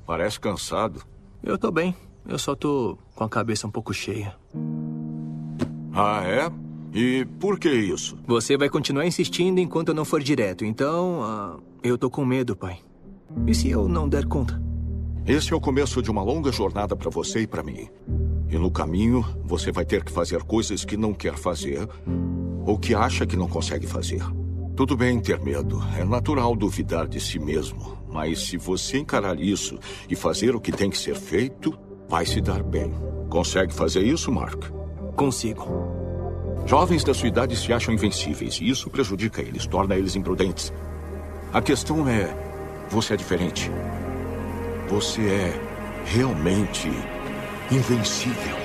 Parece cansado. Eu tô bem. Eu só tô com a cabeça um pouco cheia. Ah, é? E por que isso? Você vai continuar insistindo enquanto eu não for direto. Então, eu tô com medo, pai. E se eu não der conta? Esse é o começo de uma longa jornada para você e para mim. E no caminho, você vai ter que fazer coisas que não quer fazer ou que acha que não consegue fazer. Tudo bem ter medo. É natural duvidar de si mesmo. Mas se você encarar isso e fazer o que tem que ser feito, vai se dar bem. Consegue fazer isso, Mark? Consigo. Jovens da sua idade se acham invencíveis e isso prejudica eles, torna eles imprudentes. A questão é, você é diferente. Você é realmente invencível.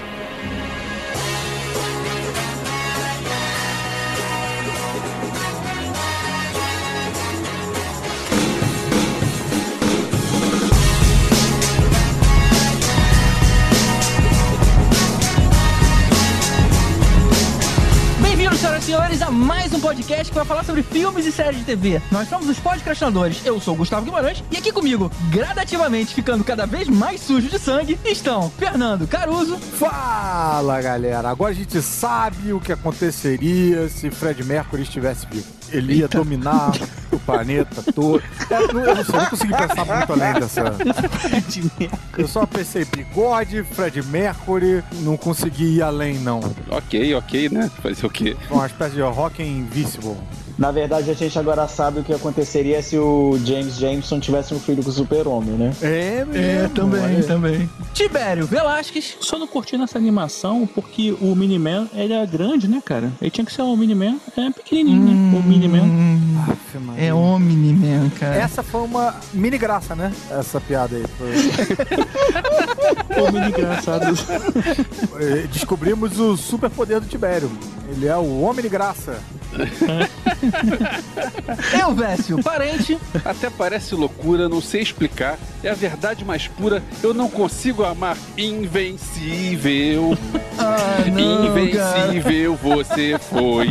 Senhoras e senhores, a mais um podcast que vai falar sobre filmes e séries de TV. Nós somos os podcastinadores. Eu sou o Gustavo Guimarães e aqui comigo, gradativamente ficando cada vez mais sujo de sangue, estão Fernando Caruso. Fala, galera. Agora a gente sabe o que aconteceria se Fred Mercury estivesse vivo. Ele ia dominar o planeta todo. Eu não consegui pensar muito além dessa. Eu só pensei bigode, Fred Mercury, não consegui ir além, não. Ok, né? Fazer o quê? Uma espécie de rock invisible. Na verdade, a gente agora sabe o que aconteceria se o James Jameson tivesse um filho com o Super-Homem, né? Também. Tibério Velasquez. Só não curti nessa animação porque o Miniman, ele é grande, né, cara? Ele tinha que ser um Miniman, pequenininho, né? O Miniman. É o Miniman, cara. Essa foi uma mini graça, né? Essa piada aí. O mini engraçado. Descobrimos o superpoder do Tibério. Ele é o homem de graça. Eu, Vécio, parente. Até parece loucura, não sei explicar. É a verdade mais pura. Eu não consigo amar invencível. Não, invencível, cara. Você foi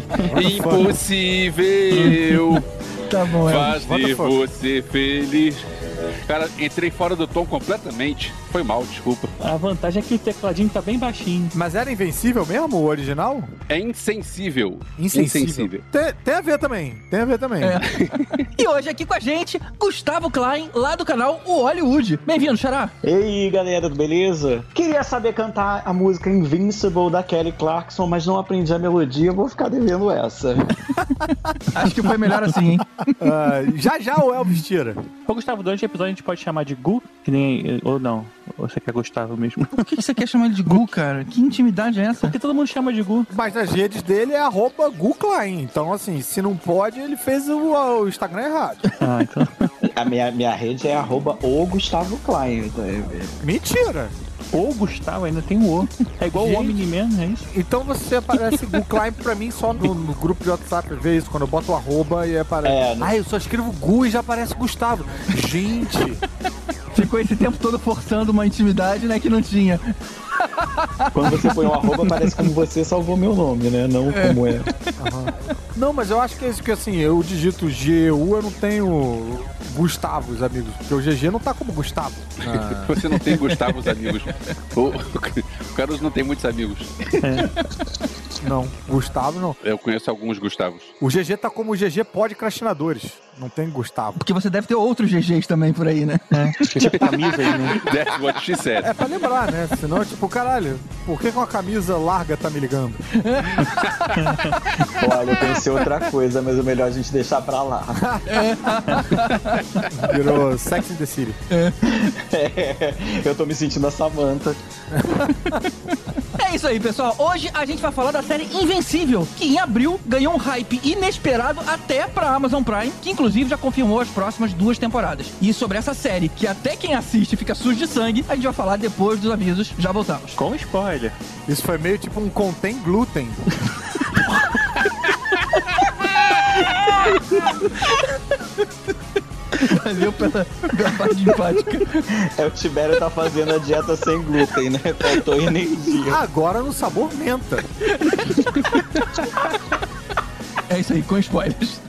impossível. Tá bom, fazer você feliz. Cara, entrei fora do tom completamente. Foi mal, desculpa. A vantagem é que o tecladinho tá bem baixinho. Mas era invencível mesmo, o original? É insensível. Insensível. Tem a ver também. É. E hoje aqui com a gente, Gustavo Klein, lá do canal O Hollywood. Bem-vindo, Xará. Ei, galera, beleza? Queria saber cantar a música Invincible da Kelly Clarkson, mas não aprendi a melodia, vou ficar devendo essa. Acho que foi melhor assim, hein? Já o Elvis tira. Ô, Gustavo, durante o episódio a gente pode chamar de Gu, que nem... Ou não? Ou você quer Gustavo mesmo? Por que você quer chamar ele de Gu, cara? Que intimidade é essa? Porque todo mundo chama de Gu. Mas nas redes dele é @Gu Klein. Então, assim, se não pode, ele fez o Instagram errado. Então... A minha rede é @o Gustavo Klein. Mentira! O Gustavo, ainda tem o O. É igual o Omni-Man, é isso? Então você aparece Gu Klein pra mim só no grupo de WhatsApp, às vezes, quando eu boto o @ e aparece. Eu só escrevo Gu e já aparece Gustavo. Gente! Ficou esse tempo todo forçando uma intimidade, né, que não tinha. Quando você põe um @ parece como você salvou meu nome, né? Não como é. Uhum. Não, mas eu acho que é isso que, assim, eu digito GU, eu não tenho Gustavos, amigos. Porque o GG não tá como Gustavo. Você não tem Gustavos, amigos. O Carlos não tem muitos amigos. Não, Gustavo não. Eu conheço alguns Gustavos. O GG tá como o GG Podcrastinadores. Não tem Gustavo. Porque você deve ter outros GGs também por aí, né? Tipo camisa aí, né? That's what she said. É pra lembrar, né? Senão, tipo, caralho, por que uma camisa larga tá me ligando? Olha, eu pensei outra coisa, mas é melhor a gente deixar pra lá. Virou Sex in the City. Eu tô me sentindo a Samantha. É isso aí, pessoal. Hoje a gente vai falar da série Invencível, que em abril ganhou um hype inesperado até pra Amazon Prime, que inclusive já confirmou as próximas 2 temporadas. E sobre essa série, que até quem assiste fica sujo de sangue, a gente vai falar depois dos avisos. Já voltamos. Com spoiler. Isso foi meio tipo um contém glúten. Valeu pela parte empática. O Tibério tá fazendo a dieta sem glúten, né? Faltou energia. Agora no sabor menta. É isso aí, com spoilers.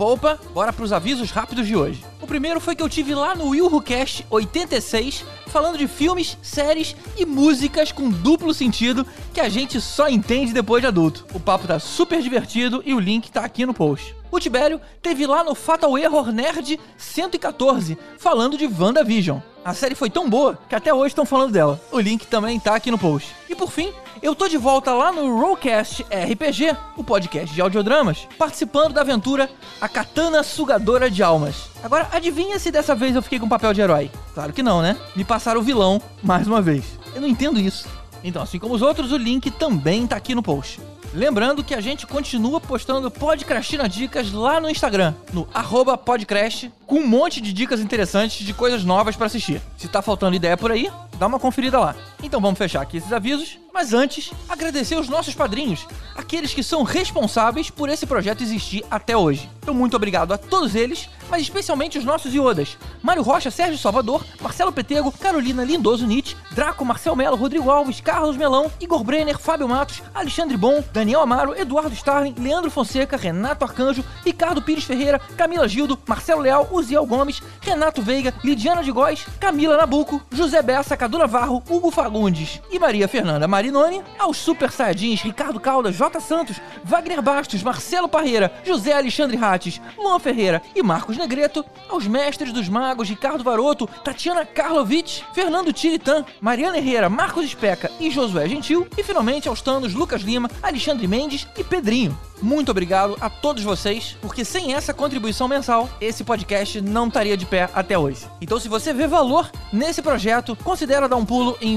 opa, bora pros avisos rápidos de hoje. O primeiro foi que eu tive lá no WilhoCast 86, falando de filmes, séries e músicas com duplo sentido que a gente só entende depois de adulto. O papo tá super divertido e o link tá aqui no post. O Tibério teve lá no Fatal Error Nerd 114, falando de WandaVision. A série foi tão boa que até hoje estão falando dela. O link também tá aqui no post. E por fim, eu tô de volta lá no Rollcast RPG, o podcast de audiodramas, participando da aventura A Katana Sugadora de Almas. Agora, adivinha se dessa vez eu fiquei com papel de herói? Claro que não, né? Me passaram o vilão mais uma vez. Eu não entendo isso. Então, assim como os outros, o link também tá aqui no post. Lembrando que a gente continua postando Podcrastina Dicas lá no Instagram, no @podcrast, com um monte de dicas interessantes de coisas novas pra assistir. Se tá faltando ideia por aí, dá uma conferida lá. Então vamos fechar aqui esses avisos, mas antes, agradecer os nossos padrinhos, aqueles que são responsáveis por esse projeto existir até hoje. Então muito obrigado a todos eles, mas especialmente os nossos iodas: Mário Rocha, Sérgio Salvador, Marcelo Petego, Carolina Lindoso Nietzsche, Draco, Marcel Melo, Rodrigo Alves, Carlos Melão, Igor Brenner, Fábio Matos, Alexandre Bom, Daniel Amaro, Eduardo Starling, Leandro Fonseca, Renato Arcanjo, Ricardo Pires Ferreira, Camila Gildo, Marcelo Leal, Uziel Gomes, Renato Veiga, Lidiana de Góes, Camila Nabuco, José Bessa, Cadu Navarro, Hugo Fagundes e Maria Fernanda Marinoni, aos Super Saiyajins Ricardo Caldas, J. Santos, Wagner Bastos, Marcelo Parreira, José Alexandre Rates, Luan Ferreira e Marcos Negreto, aos Mestres dos Magos Ricardo Varoto, Tatiana Karlovic, Fernando Tiritã, Mariana Herrera, Marcos Especa e Josué Gentil, e finalmente aos Tanos Lucas Lima, Alexandre Mendes e Pedrinho. Muito obrigado a todos vocês, porque sem essa contribuição mensal, esse podcast não estaria de pé até hoje. Então, se você vê valor nesse projeto, considera dar um pulo em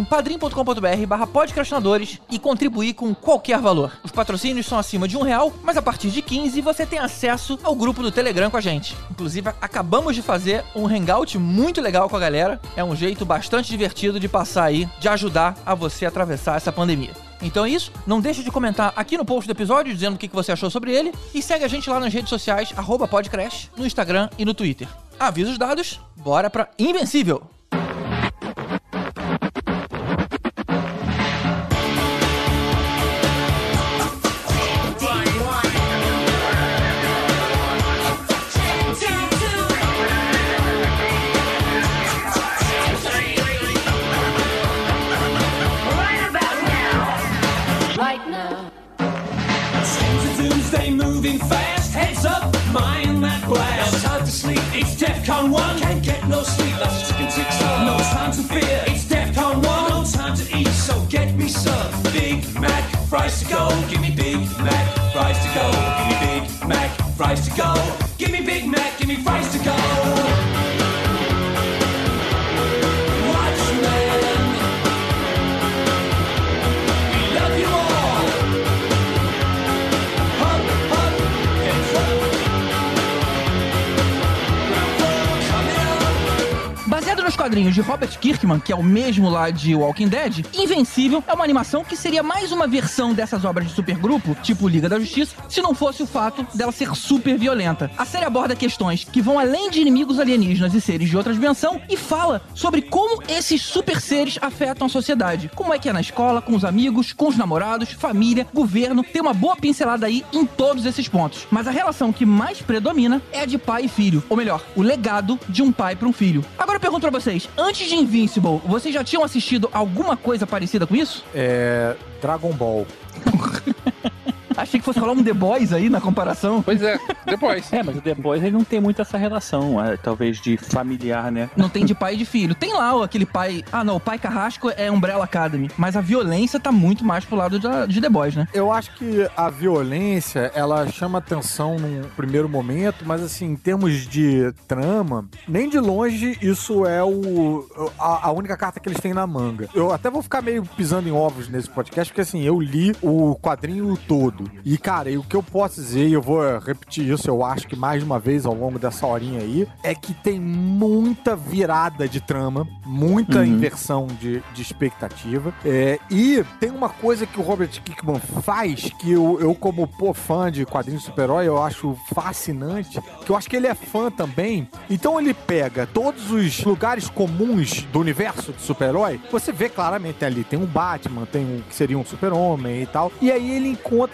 padrim.com.br/podcastinadores e contribuir com qualquer valor. Os patrocínios são acima de R$1, mas a partir de 15 você tem acesso ao grupo do Telegram com a gente. Inclusive, acabamos de fazer um hangout muito legal com a galera. É um jeito bastante divertido de passar aí, de ajudar a você a atravessar essa pandemia. Então é isso, não deixe de comentar aqui no post do episódio dizendo o que você achou sobre ele e segue a gente lá nas redes sociais @podcrash, no Instagram e no Twitter. Avisos dados, bora pra Invencível! Moving fast, heads up, mind that blast. No time to sleep, it's DEFCON 1. Can't get no sleep, that's chicken ticks on. No time to fear, it's DEFCON 1. No time to eat, so get me some Big Mac fries to go. Give me Big Mac fries to go. Give me Big Mac fries to go. Give me Big Mac, give me fries to go. Nos quadrinhos de Robert Kirkman, que é o mesmo lá de Walking Dead, Invencível é uma animação que seria mais uma versão dessas obras de supergrupo, tipo Liga da Justiça, se não fosse o fato dela ser super violenta. A série aborda questões que vão além de inimigos alienígenas e seres de outra dimensão e fala sobre como esses super seres afetam a sociedade. Como é que é na escola, com os amigos, com os namorados, família, governo. Tem uma boa pincelada aí em todos esses pontos. Mas a relação que mais predomina é a de pai e filho. Ou melhor, o legado de um pai para um filho. Agora eu pergunto pra vocês, antes de Invincible, vocês já tinham assistido alguma coisa parecida com isso? Dragon Ball. Achei que fosse rolar um The Boys aí na comparação. Pois é, The Boys. Mas o The Boys ele não tem muito essa relação, talvez de familiar, né? Não tem de pai e de filho. Tem lá aquele pai... Ah, não, o pai carrasco é Umbrella Academy. Mas a violência tá muito mais pro lado de The Boys, né? Eu acho que a violência, ela chama atenção num primeiro momento, mas assim, em termos de trama, nem de longe isso é a única carta que eles têm na manga. Eu até vou ficar meio pisando em ovos nesse podcast, porque assim, eu li o quadrinho todo. E, cara, o que eu posso dizer, e eu vou repetir isso, eu acho que mais de uma vez ao longo dessa horinha aí, é que tem muita virada de trama, muita inversão de expectativa. E tem uma coisa que o Robert Kirkman faz, que eu como fã de quadrinhos de super-herói, eu acho fascinante, que eu acho que ele é fã também. Então ele pega todos os lugares comuns do universo de super-herói, você vê claramente ali, tem um Batman, tem um que seria um super-homem e tal, e aí ele encontra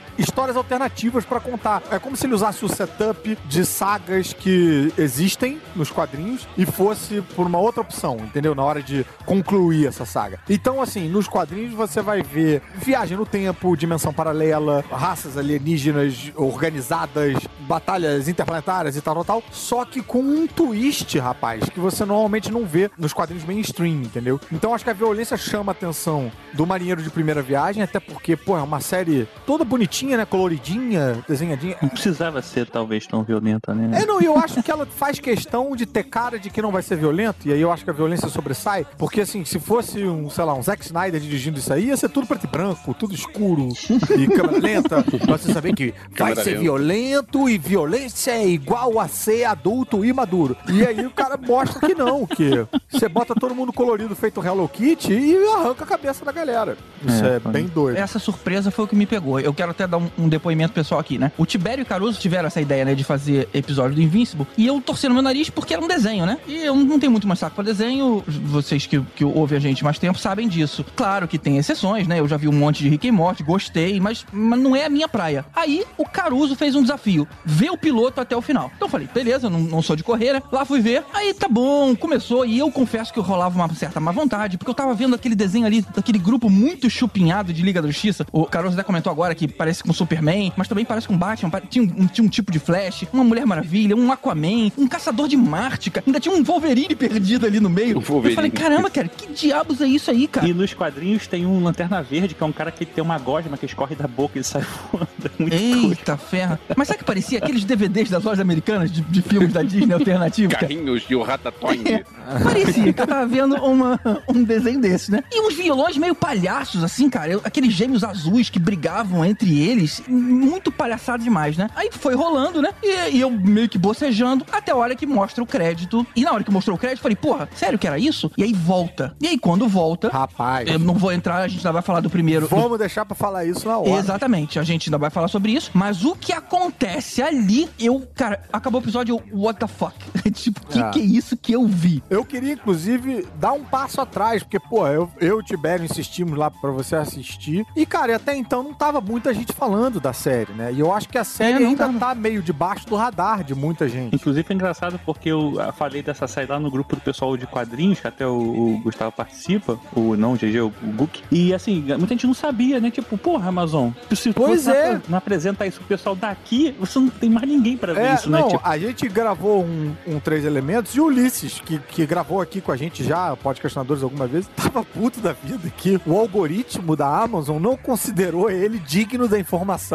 histórias alternativas pra contar. É como se ele usasse o setup de sagas que existem nos quadrinhos e fosse por uma outra opção, entendeu? Na hora de concluir essa saga. Então, assim, nos quadrinhos você vai ver viagem no tempo, dimensão paralela, raças alienígenas organizadas, batalhas interplanetárias e tal, só que com um twist, rapaz, que você normalmente não vê nos quadrinhos mainstream, entendeu? Então acho que a violência chama a atenção do marinheiro de primeira viagem, até porque, pô, é uma série toda bonitinha, né? Coloridinha, desenhadinha. Não precisava ser, talvez, tão violenta, né? Não, e eu acho que ela faz questão de ter cara de que não vai ser violento, e aí eu acho que a violência sobressai, porque assim, se fosse um Zack Snyder dirigindo isso aí, ia ser tudo preto e branco, tudo escuro, e câmera lenta, pra você saber que vai ser violento, e violência é igual a ser adulto e maduro. E aí o cara mostra que não, que você bota todo mundo colorido feito Hello Kitty e arranca a cabeça da galera. Isso é bem doido. Essa surpresa foi o que me pegou. Eu quero até dar um depoimento pessoal aqui, né? O Tibério e o Caruso tiveram essa ideia, né, de fazer episódio do Invincible, e eu torci no meu nariz porque era um desenho, né? E eu não tenho muito mais saco pra desenho, vocês que ouvem a gente mais tempo sabem disso. Claro que tem exceções, né? Eu já vi um monte de Rick e Morty, gostei, mas não é a minha praia. Aí, o Caruso fez um desafio, ver o piloto até o final. Então eu falei, beleza, eu não sou de correr, né? Lá fui ver, aí tá bom, começou, e eu confesso que rolava uma certa má vontade, porque eu tava vendo aquele desenho ali, daquele grupo muito chupinhado de Liga da Justiça. O Caruso até comentou agora que parece com Superman, mas também parece com Batman, tinha um tipo de Flash, uma Mulher Maravilha, um Aquaman, um Caçador de Marte, cara. Ainda tinha um Wolverine perdido ali no meio. Eu falei, caramba, cara, que diabos é isso aí, cara? E nos quadrinhos tem um Lanterna Verde, que é um cara que tem uma gosma que escorre da boca e sai voando. Eita ferro. Mas sabe que parecia aqueles DVDs das lojas americanas de filmes da Disney alternativo? Carrinhos e o Ratatouille. Parecia que eu tava vendo um desenho desse, né? E uns vilões meio palhaços, assim, cara. Aqueles gêmeos azuis que brigavam entre eles. Muito palhaçado demais, né? Aí foi rolando, né? E eu meio que bocejando até a hora que mostra o crédito. E na hora que mostrou o crédito, falei, porra, sério que era isso? E aí volta. E aí quando volta... Rapaz... Eu não vou entrar, a gente ainda vai falar do primeiro... Vamos deixar pra falar isso na hora. Exatamente, a gente ainda vai falar sobre isso. Mas o que acontece ali, cara, acabou o episódio, what the fuck? Tipo, que é isso que eu vi? Eu queria, inclusive, dar um passo atrás, porque, pô, eu e o Tibério insistimos lá pra você assistir. E, cara, até então não tava muita gente falando da série, né? E eu acho que a série ainda tá meio debaixo do radar de muita gente. Inclusive é engraçado porque eu falei dessa série lá no grupo do pessoal de quadrinhos, que até o Gustavo participa, o Guk. E assim, muita gente não sabia, né? Tipo, porra, Amazon, se você não apresenta isso pro pessoal daqui, você não tem mais ninguém pra ver isso, não, né? Tipo... A gente gravou um 3 Elementos e o Ulisses, que gravou aqui com a gente já, podcastinadores alguma vez, tava puto da vida que o algoritmo da Amazon não considerou ele digno da informação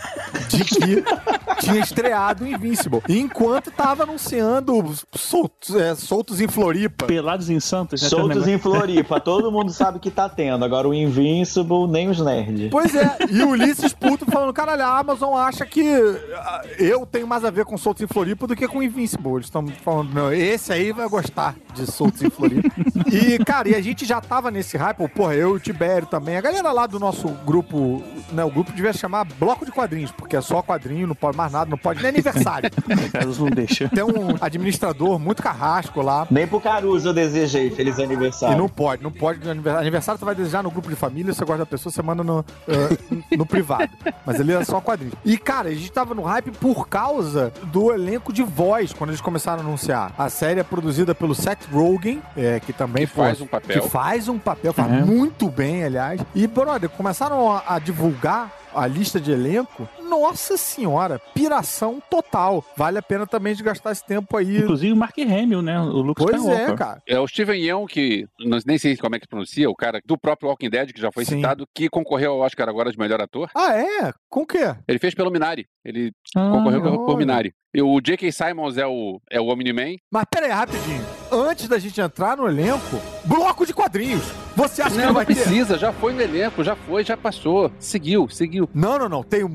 de que tinha estreado o Invincible. Enquanto tava anunciando soltos em Floripa. Pelados em Santos. Né? Soltos em Floripa. Todo mundo sabe que tá tendo. Agora o Invincible, nem os nerds. Pois é. E o Ulisses puto falando, caralho, a Amazon acha que eu tenho mais a ver com Soltos em Floripa do que com Invincible. Eles estão falando, não, esse aí vai gostar de Soltos em Floripa. E, cara, e a gente já tava nesse hype, porra, eu e o Tibério também. A galera lá do nosso grupo, né, o grupo devia chamar Bloco de Quadrinhos, porque é só quadrinho, não pode mais nada, não pode nem aniversário. Não deixa. Tem um administrador muito carrasco lá. Nem pro Caruso eu desejei feliz aniversário. E não pode. Aniversário tu vai desejar no grupo de família, você gosta da pessoa, você manda no privado. Mas ele é só quadrinhos. E, cara, a gente tava no hype por causa do elenco de voz, quando eles começaram a anunciar. A série é produzida pelo Seth Rogen, que também faz um papel. Faz muito bem, aliás. E, brother, começaram a divulgar a lista de elenco, nossa senhora, piração total. Vale a pena também de gastar esse tempo aí. Inclusive o Mark Hamill, né? O Luke Skywalker. É, cara. É o Steven Yeun, que nem sei como é que pronuncia, o cara do próprio Walking Dead, que já foi citado, que concorreu ao Oscar agora de melhor ator. Ah, é? Com o quê? Ele fez pelo Minari. Ele concorreu por Minari. E o J.K. Simmons é o Omni-Man. Mas pera aí, rapidinho. Antes da gente entrar no elenco, bloco de quadrinhos. Você acha que não vai precisa, já foi no elenco, já passou. Seguiu. Não. Tenho muita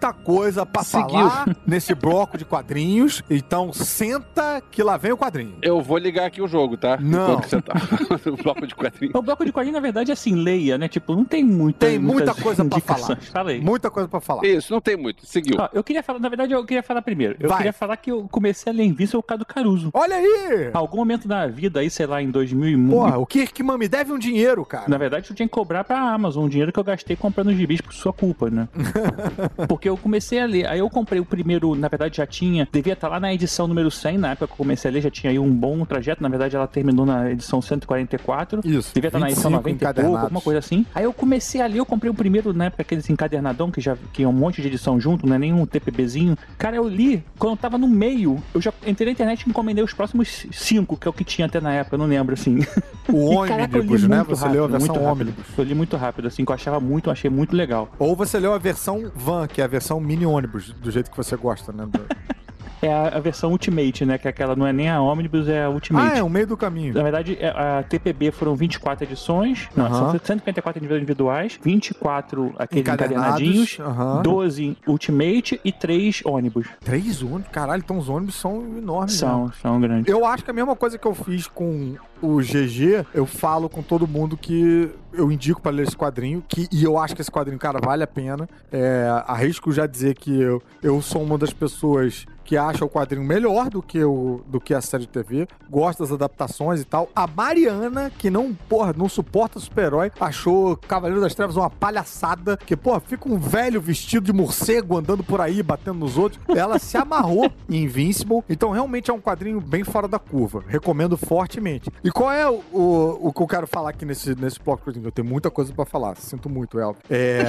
muita coisa pra falar nesse bloco de quadrinhos. Então senta que lá vem o quadrinho. Eu vou ligar aqui o jogo, tá? Não. Enquanto você tá no bloco de quadrinhos. O bloco de quadrinhos, na verdade, é assim, leia, né? Tipo, não tem muita coisa pra falar. Fala aí. Muita coisa pra falar. Isso, não tem muito. Seguiu. Eu queria falar, na verdade, eu queria falar primeiro. Eu Vai. queria falar que eu comecei a ler Invincible por causa do Caruso. Olha aí! Algum momento da vida aí, sei lá, em 2001. Porra, o Kirkman me deve um dinheiro, cara. Na verdade, eu tinha que cobrar pra Amazon o dinheiro que eu gastei comprando os gibis por sua culpa, né? Porque eu comecei a ler. Aí eu comprei o primeiro, na verdade já tinha, devia estar lá na edição número 100, na época que eu comecei a ler, já tinha aí um bom trajeto. Na verdade, ela terminou na edição 144. Isso. Devia estar na edição 90 e pouco, alguma coisa assim. Aí eu comecei a ler, eu comprei o primeiro, na época, aqueles encadernadão, que é um monte de edição junto, não é nenhum TPBzinho. Cara, eu li, quando eu tava no meio, eu já entrei na internet e encomendei os próximos 5, que é o que tinha até na época, eu não lembro, assim. O ônibus, né? Você leu a versão ônibus. Eu li muito rápido, assim, que eu achei muito legal. Ou você leu a versão van, que é a versão mini ônibus, do jeito que você gosta, né? É a versão Ultimate, né? Que aquela não é nem a Omnibus, é a Ultimate. É o meio do caminho. Na verdade, a TPB foram 24 edições. Não, são 154 individuais, 24 aqueles encadernadinhos, 12 Ultimate e 3 ônibus. 3 ônibus? Caralho, então os ônibus são enormes. São grandes. Eu acho que a mesma coisa que eu fiz com o GG, eu falo com todo mundo que eu indico pra ler esse quadrinho, e eu acho que esse quadrinho, cara, vale a pena. Arrisco já dizer que eu sou uma das pessoas que acha o quadrinho melhor do que a série de TV, gosta das adaptações e tal. A Mariana, que não suporta super-herói, achou Cavaleiro das Trevas uma palhaçada, que, fica um velho vestido de morcego andando por aí, batendo nos outros. Ela se amarrou em Invincible, então realmente é um quadrinho bem fora da curva. Recomendo fortemente. E qual é o que eu quero falar aqui nesse bloco? Eu tenho muita coisa pra falar, sinto muito, Elvio.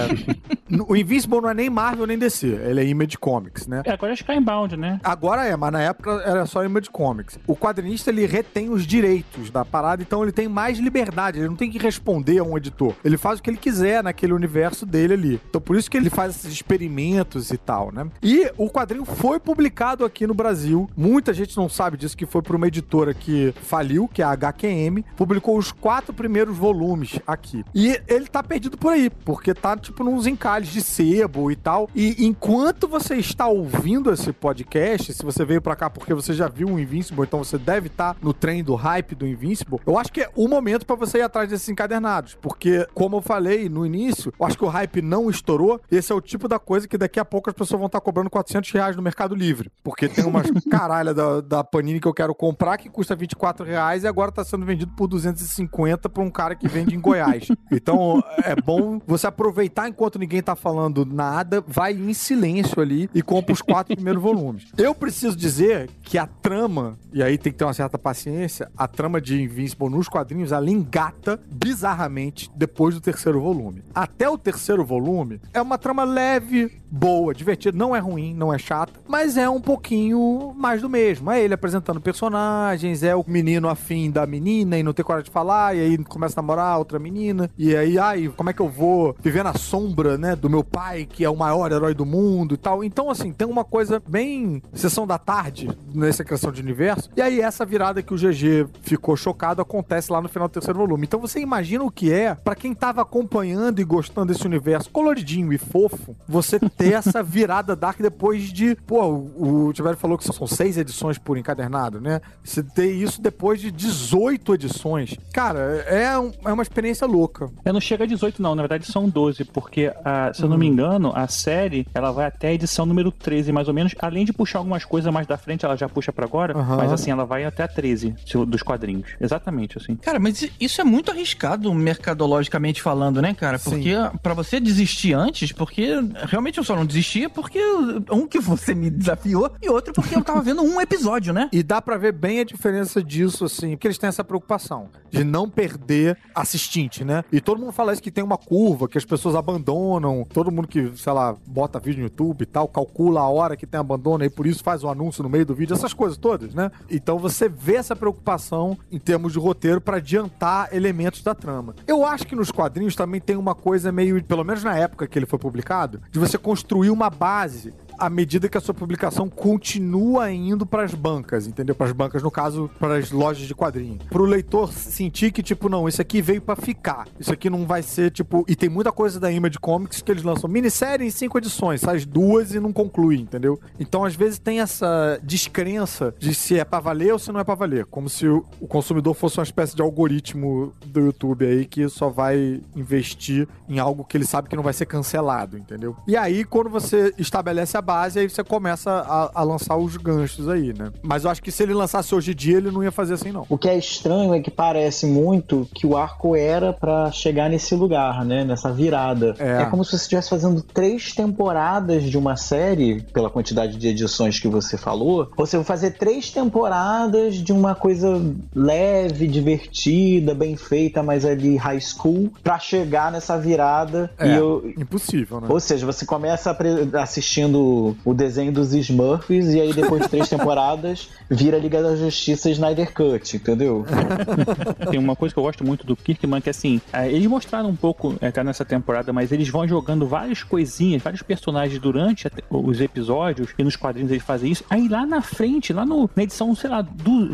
O Invincible não é nem Marvel nem DC, ele é Image Comics, né? Agora é Skybound, né? Agora mas na época era só Image Comics. O quadrinista, ele retém os direitos da parada, então ele tem mais liberdade, ele não tem que responder a um editor. Ele faz o que ele quiser naquele universo dele ali. Então por isso que ele faz esses experimentos e tal, né? E o quadrinho foi publicado aqui no Brasil. Muita gente não sabe disso, que foi por uma editora que faliu, que é a HQM, publicou os 4 primeiros volumes aqui. E ele tá perdido por aí, porque tá tipo nos encalhes de sebo e tal. E enquanto você está ouvindo esse podcast, se você veio pra cá porque você já viu o Invincible, então você deve estar no trem do hype do Invincible, eu acho que é o momento pra você ir atrás desses encadernados, porque, como eu falei no início, eu acho que o hype não estourou. Esse é o tipo da coisa que daqui a pouco as pessoas vão estar cobrando R$400 no Mercado Livre, porque tem umas caralha da Panini que eu quero comprar que custa R$24 e agora tá sendo vendido por 250 pra um cara que vende em Goiás. Então é bom você aproveitar enquanto ninguém tá falando nada, vai em silêncio ali e compra os 4 primeiros volumes. Eu preciso dizer que a trama, e aí tem que ter uma certa paciência, a trama de Invincible nos quadrinhos, ela engata bizarramente depois do 3º volume. Até o 3º volume é uma trama leve, boa, divertida, não é ruim, não é chata, mas é um pouquinho mais do mesmo. É ele apresentando personagens, é o menino afim da menina e não ter coragem de falar, e aí começa a namorar outra menina, e aí, como é que eu vou viver na sombra, né, do meu pai, que é o maior herói do mundo e tal. Então, assim, tem uma coisa bem sessão da tarde nessa criação de universo, e aí essa virada que o GG ficou chocado acontece lá no final do 3º volume. Então você imagina o que é, pra quem tava acompanhando e gostando desse universo coloridinho e fofo, você ter essa virada dark depois de, o Tibério falou que são 6 edições por encadernado, né? Você ter isso depois de 18 edições. Cara, é uma experiência louca. Não chega a 18 não, na verdade são 12, porque, se eu não me engano, a série, ela vai até a edição número 13, mais ou menos, além de puxar algumas coisas mais da frente, ela já puxa pra agora, mas assim, ela vai até a 13 dos quadrinhos. Exatamente, assim. Cara, mas isso é muito arriscado mercadologicamente falando, né, cara? Porque pra você desistir antes, porque realmente eu só não desistia porque que você me desafiou e outro porque eu tava vendo um episódio, né? E dá pra ver bem a diferença disso, assim, porque eles têm essa preocupação de não perder assistente, né? E todo mundo fala isso, que tem uma curva, que as pessoas abandonam, todo mundo que, sei lá, bota vídeo no YouTube e tal, calcula a hora que tem abandono e por isso faz o anúncio no meio do vídeo, essas coisas todas, né? Então você vê essa preocupação em termos de roteiro pra adiantar elementos da trama. Eu acho que nos quadrinhos também tem uma coisa meio, pelo menos na época que ele foi publicado, de você construir uma base à medida que a sua publicação continua indo pras bancas, entendeu? Pras bancas, no caso, pras lojas de quadrinhos. Pro leitor sentir que, tipo, não, isso aqui veio pra ficar. Isso aqui não vai ser, tipo... E tem muita coisa da Image Comics que eles lançam minissérie em 5 edições, sai 2 e não conclui, entendeu? Então, às vezes, tem essa descrença de se é pra valer ou se não é pra valer. Como se o consumidor fosse uma espécie de algoritmo do YouTube aí que só vai investir em algo que ele sabe que não vai ser cancelado, entendeu? E aí, quando você estabelece a base, aí você começa a lançar os ganchos aí, né? Mas eu acho que se ele lançasse hoje em dia, ele não ia fazer assim, não. O que é estranho é que parece muito que o arco era pra chegar nesse lugar, né? Nessa virada. É como se você estivesse fazendo 3 temporadas de uma série, pela quantidade de edições que você falou. Você vai fazer 3 temporadas de uma coisa leve, divertida, bem feita, mas ali high school, pra chegar nessa virada. Impossível, né? Ou seja, você começa assistindo o desenho dos Smurfs e aí depois de 3 temporadas vira Liga da Justiça Snyder Cut, entendeu? Tem uma coisa que eu gosto muito do Kirkman, que assim, eles mostraram um pouco até nessa temporada, mas eles vão jogando várias coisinhas, vários personagens durante os episódios, e nos quadrinhos eles fazem isso. Aí lá na frente, lá na edição, sei lá,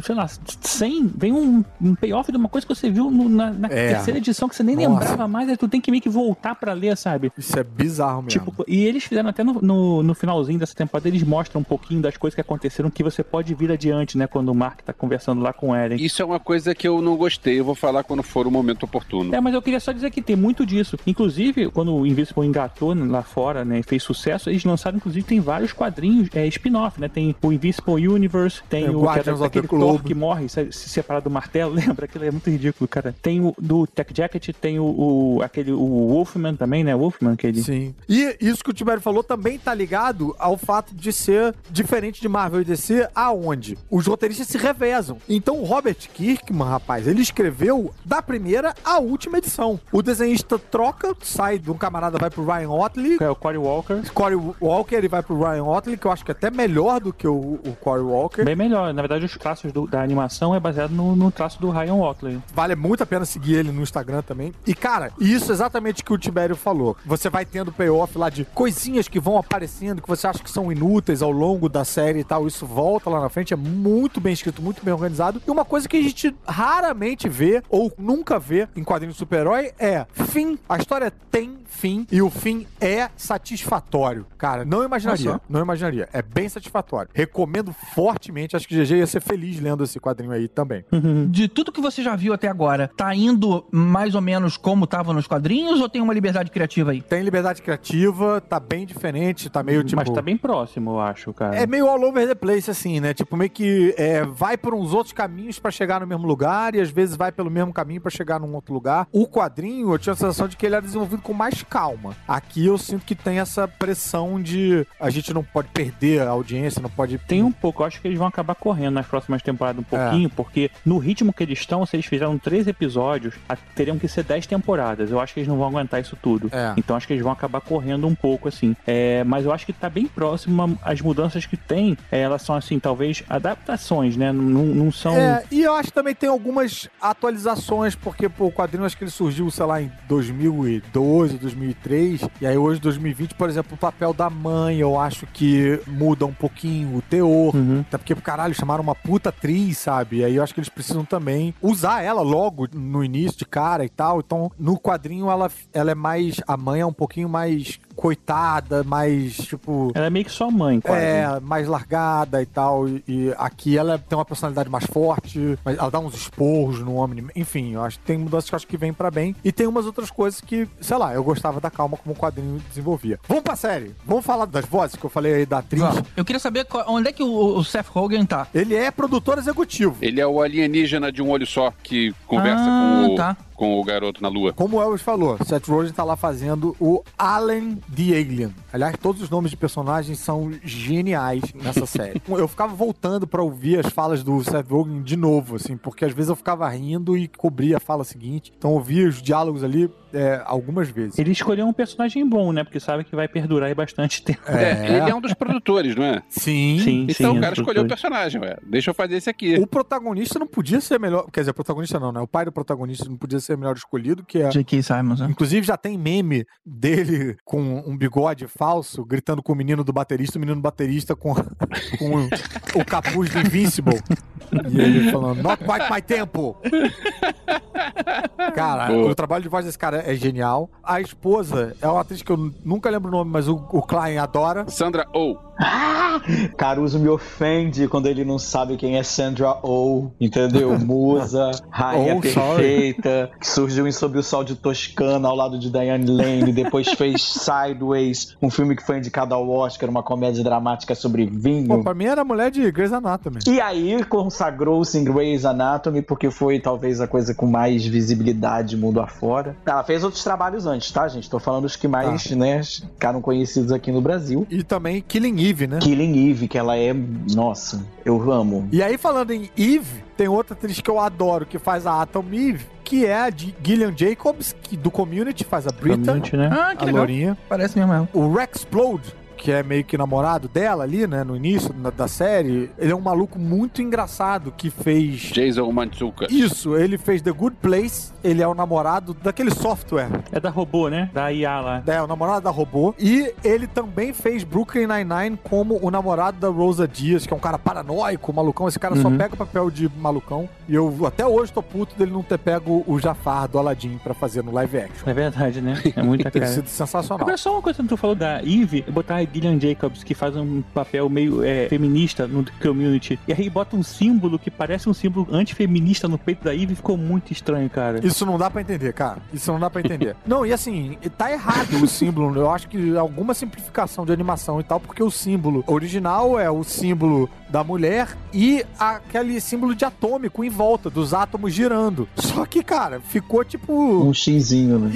100, vem um payoff de uma coisa que você viu na terceira edição que você nem lembrava mais, aí tu tem que meio que voltar pra ler, sabe? Isso é bizarro mesmo. Tipo, e eles fizeram até no finalzinho dessa temporada, eles mostram um pouquinho das coisas que aconteceram que você pode vir adiante, né? Quando o Mark tá conversando lá com o Eren. Isso é uma coisa que eu não gostei, eu vou falar quando for o momento oportuno. Mas eu queria só dizer que tem muito disso. Inclusive, quando o Invincible engatou lá fora, né, e fez sucesso, eles lançaram, inclusive, tem vários quadrinhos spin-off, né? Tem o Invincible Universe, tem o aquele Thor que morre, se separa do martelo, lembra? Aquilo é muito ridículo, cara. Tem o do Tech Jacket, tem o Wolfman também, né? Wolfman, aquele. Sim. E isso que o Tibério falou também tá ligado ao fato de ser diferente de Marvel e DC, aonde os roteiristas se revezam. Então o Robert Kirkman, rapaz, ele escreveu da primeira à última edição. O desenhista troca, sai de um camarada, vai pro Ryan Ottley. É o Cory Walker. Cory Walker, ele vai pro Ryan Ottley, que eu acho que é até melhor do que o Cory Walker. Bem melhor. Na verdade, os traços da animação é baseado no traço do Ryan Ottley. Vale muito a pena seguir ele no Instagram também. E, cara, isso é exatamente o que o Tibério falou. Você vai tendo payoff lá de coisinhas que vão aparecendo, que você acha que são inúteis ao longo da série e tal. Isso volta lá na frente, é muito bem escrito, muito bem organizado. E uma coisa que a gente raramente vê, ou nunca vê em quadrinhos de super-herói, é fim. A história tem fim e o fim é satisfatório. Cara, não imaginaria. É bem satisfatório. Recomendo fortemente. Acho que o GG ia ser feliz lendo esse quadrinho aí também. De tudo que você já viu até agora, tá indo mais ou menos como tava nos quadrinhos ou tem uma liberdade criativa aí? Tem liberdade criativa, tá bem diferente, tá meio tipo... Mas tá bem próximo, eu acho, cara. É meio all over the place, assim, né? Tipo, meio que vai por uns outros caminhos pra chegar no mesmo lugar e às vezes vai pelo mesmo caminho pra chegar num outro lugar. O quadrinho, eu tinha a sensação de que ele era desenvolvido com mais calma. Aqui eu sinto que tem essa pressão de a gente não pode perder a audiência, não pode... Tem um pouco, eu acho que eles vão acabar correndo nas próximas temporadas um pouquinho, porque no ritmo que eles estão, se eles fizeram 3 episódios, teriam que ser 10 temporadas. Eu acho que eles não vão aguentar isso tudo. Então acho que eles vão acabar correndo um pouco, assim. Mas eu acho que tá bem próximo. As mudanças que tem, elas são, assim, talvez adaptações, né? Não são... E eu acho que também tem algumas atualizações, porque o quadrinho, acho que ele surgiu, sei lá, em 2012, 2003, e aí hoje, 2020, por exemplo, o papel da mãe, eu acho que muda um pouquinho o teor, até porque, caralho, chamaram uma puta atriz, sabe? E aí eu acho que eles precisam também usar ela logo no início de cara e tal. Então, no quadrinho, ela é mais... A mãe é um pouquinho mais coitada, mais, tipo... Ela é meio que sua mãe, quase. Mais largada e tal. E aqui ela tem uma personalidade mais forte, mas ela dá uns esporros no homem. Enfim, eu acho que tem mudanças que eu acho que vem pra bem. E tem umas outras coisas que, sei lá, eu gostava da calma como o quadrinho desenvolvia. Vamos pra série. Vamos falar das vozes que eu falei aí da atriz. Eu queria saber onde é que o Seth Rogen tá. Ele é produtor executivo. Ele é o alienígena de um olho só que conversa com o garoto na lua. Como o Elvis falou, Seth Rogen tá lá fazendo o Alien the Alien. Aliás, todos os nomes de personagens são geniais nessa série. Eu ficava voltando pra ouvir as falas do Seth Rogen de novo, assim, porque às vezes eu ficava rindo e cobria a fala seguinte. Então eu ouvia os diálogos ali algumas vezes. Ele escolheu um personagem bom, né? Porque sabe que vai perdurar aí bastante tempo. Ele é um dos produtores, não é? Sim. Então o cara escolheu o personagem, ué. Deixa eu fazer esse aqui. O protagonista não podia ser melhor. Quer dizer, o protagonista não, né? O pai do protagonista não podia ser melhor escolhido, que é... J.K. Simmons, né? Inclusive já tem meme dele com um bigode falso, gritando com o menino do baterista com o capuz do Invincible. E ele falando, not quite my tempo. Cara, o trabalho de voz desse cara é genial. A esposa é uma atriz que eu nunca lembro o nome, mas o Klein adora. Sandra Oh. Caruso me ofende quando ele não sabe quem é Sandra Oh, entendeu? Musa, rainha perfeita, que surgiu em Sob o Sol de Toscana ao lado de Diane Lane, depois fez Sideways, um filme que foi indicado ao Oscar, uma comédia dramática sobre vinho. Pô, pra mim era mulher de Grey's Anatomy. E aí consagrou-se em Grey's Anatomy porque foi talvez a coisa com mais visibilidade mundo afora. Ela fez outros trabalhos antes, tá, gente? Tô falando os que mais, né, ficaram conhecidos aqui no Brasil. E também Killing Eve, né? Killing Eve, que ela é... Nossa, eu amo. E aí, falando em Eve, tem outra atriz que eu adoro, que faz a Atom Eve, que é a de Gillian Jacobs, que do Community faz a Brita, né? Ah, que a legal. Lourinha. Parece mesmo ela. O Rex Explode, que é meio que namorado dela ali, né, no início da série, ele é um maluco muito engraçado que fez... Jason Mantzoukas. Isso, ele fez The Good Place, ele é o namorado daquele software. É da robô, né? Da IA lá. É, o namorado da robô. E ele também fez Brooklyn Nine-Nine como o namorado da Rosa Diaz, que é um cara paranoico, malucão. Esse cara só pega o papel de malucão. E eu até hoje tô puto dele não ter pego o Jafar do Aladdin pra fazer no live action. É verdade, né? É muita Tem cara. sido sensacional. Agora, só uma coisa que tu falou da Eve, botar a Gillian Jacobs, que faz um papel meio feminista no Community, e aí bota um símbolo que parece um símbolo antifeminista no peito da Eve, ficou muito estranho, cara. Isso não dá pra entender, cara. Isso não dá pra entender. Não, e assim, tá errado o símbolo. Eu acho que alguma simplificação de animação e tal, porque o símbolo original é o símbolo da mulher e aquele símbolo de atômico em volta, dos átomos girando. Só que, cara, ficou tipo... Um xizinho, né?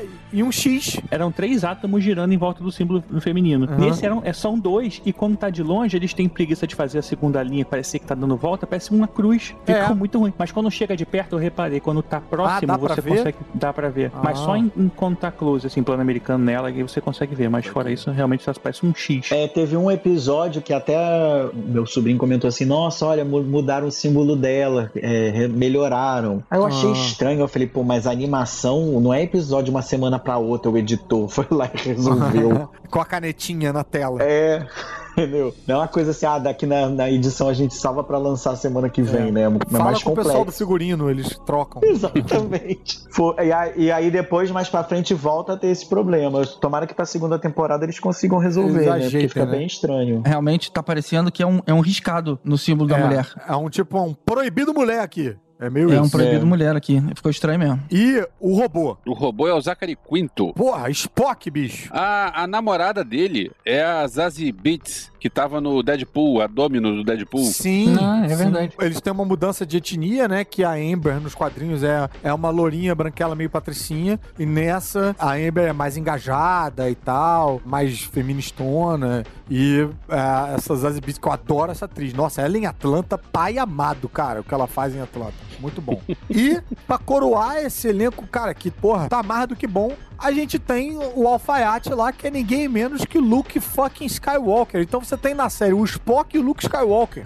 E um X. Eram 3 átomos girando em volta do símbolo feminino. Nesse são 2, e quando tá de longe, eles têm preguiça de fazer a segunda linha, parecer que tá dando volta, parece uma cruz. Fica muito ruim. Mas quando chega de perto, eu reparei, quando tá próximo, você consegue... Dá pra ver. Mas só quando tá close, assim, plano americano nela, aí você consegue ver. Mas fora isso, realmente parece um X. Teve um episódio que até meu sobrinho comentou assim, nossa, olha, mudaram o símbolo dela, melhoraram. Aí eu achei estranho, eu falei, pô, mas a animação não é episódio de uma semana pra outra, o editor foi lá e resolveu. Com a canetinha na tela. Entendeu? Não é uma coisa assim, daqui na edição a gente salva pra lançar semana que vem, né? É Fala mais com complexo. O pessoal do figurino, eles trocam. Exatamente. E aí depois, mais pra frente, volta a ter esse problema. Tomara que pra segunda temporada eles consigam resolver, né? Porque fica bem estranho. Realmente tá parecendo que é um riscado no símbolo da mulher. É um proibido mulher aqui. É meio isso. É um proibido mulher aqui. Ficou estranho mesmo. E o robô? O robô é o Zachary Quinto. Porra, Spock, bicho. A namorada dele é a Zazie Beetz, que tava no Deadpool, a Domino do Deadpool. Sim, é verdade. Eles têm uma mudança de etnia, né? Que a Amber nos quadrinhos é uma lourinha branquela meio patricinha. E nessa, a Amber é mais engajada e tal, mais feministona. E essa Zazie Beetz, que eu adoro essa atriz. Nossa, ela em Atlanta, pai amado, cara, o que ela faz em Atlanta. Muito bom. E, pra coroar esse elenco, cara, que, porra, tá mais do que bom, a gente tem o alfaiate lá, que é ninguém menos que Luke fucking Skywalker. Então você tem na série o Spock e o Luke Skywalker.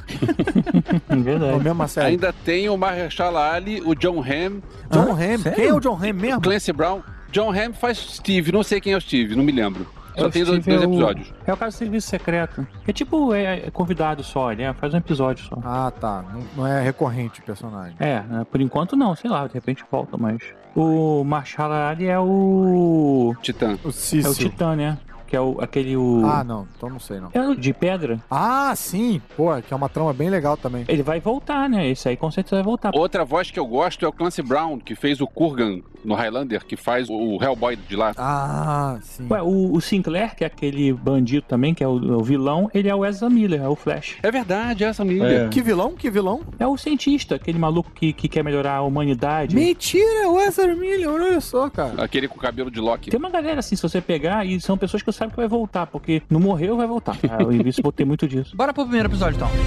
Verdade. Na mesma série. Ainda tem o Mahershala Ali, o John Hamm. John Hamm? Sério? Quem é o John Hamm mesmo? Clancy Brown. John Hamm faz Steve, não sei quem é o Steve, não me lembro. Só tem dois episódios. É o caso do serviço secreto. É tipo, convidado só, ele faz um episódio só. Ah, tá. Não é recorrente o personagem. Por enquanto não, sei lá, de repente volta, mas... O Mahershala Ali é o... Titã. O Cício. É o Titã, né? Que é aquele... Ah, não. Então não sei, não. É o de pedra. Ah, sim. Pô, que é uma trama bem legal também. Ele vai voltar, né? Esse aí com certeza vai voltar. Outra voz que eu gosto é o Clancy Brown, que fez o Kurgan no Highlander, que faz o Hellboy de lá. Ah, sim. Ué, o Sinclair, que é aquele bandido também, que é o vilão, ele é o Ezra Miller, é o Flash. É verdade, essa Miller. Que vilão? Que vilão? É o cientista, aquele maluco que quer melhorar a humanidade. Mentira, o Ezra Miller, olha só, cara. Aquele com o cabelo de Loki. Tem uma galera assim, se você pegar, e são pessoas que eu sabe que vai voltar, porque não morreu, vai voltar. Eu vou ter muito disso. Bora pro primeiro episódio, então.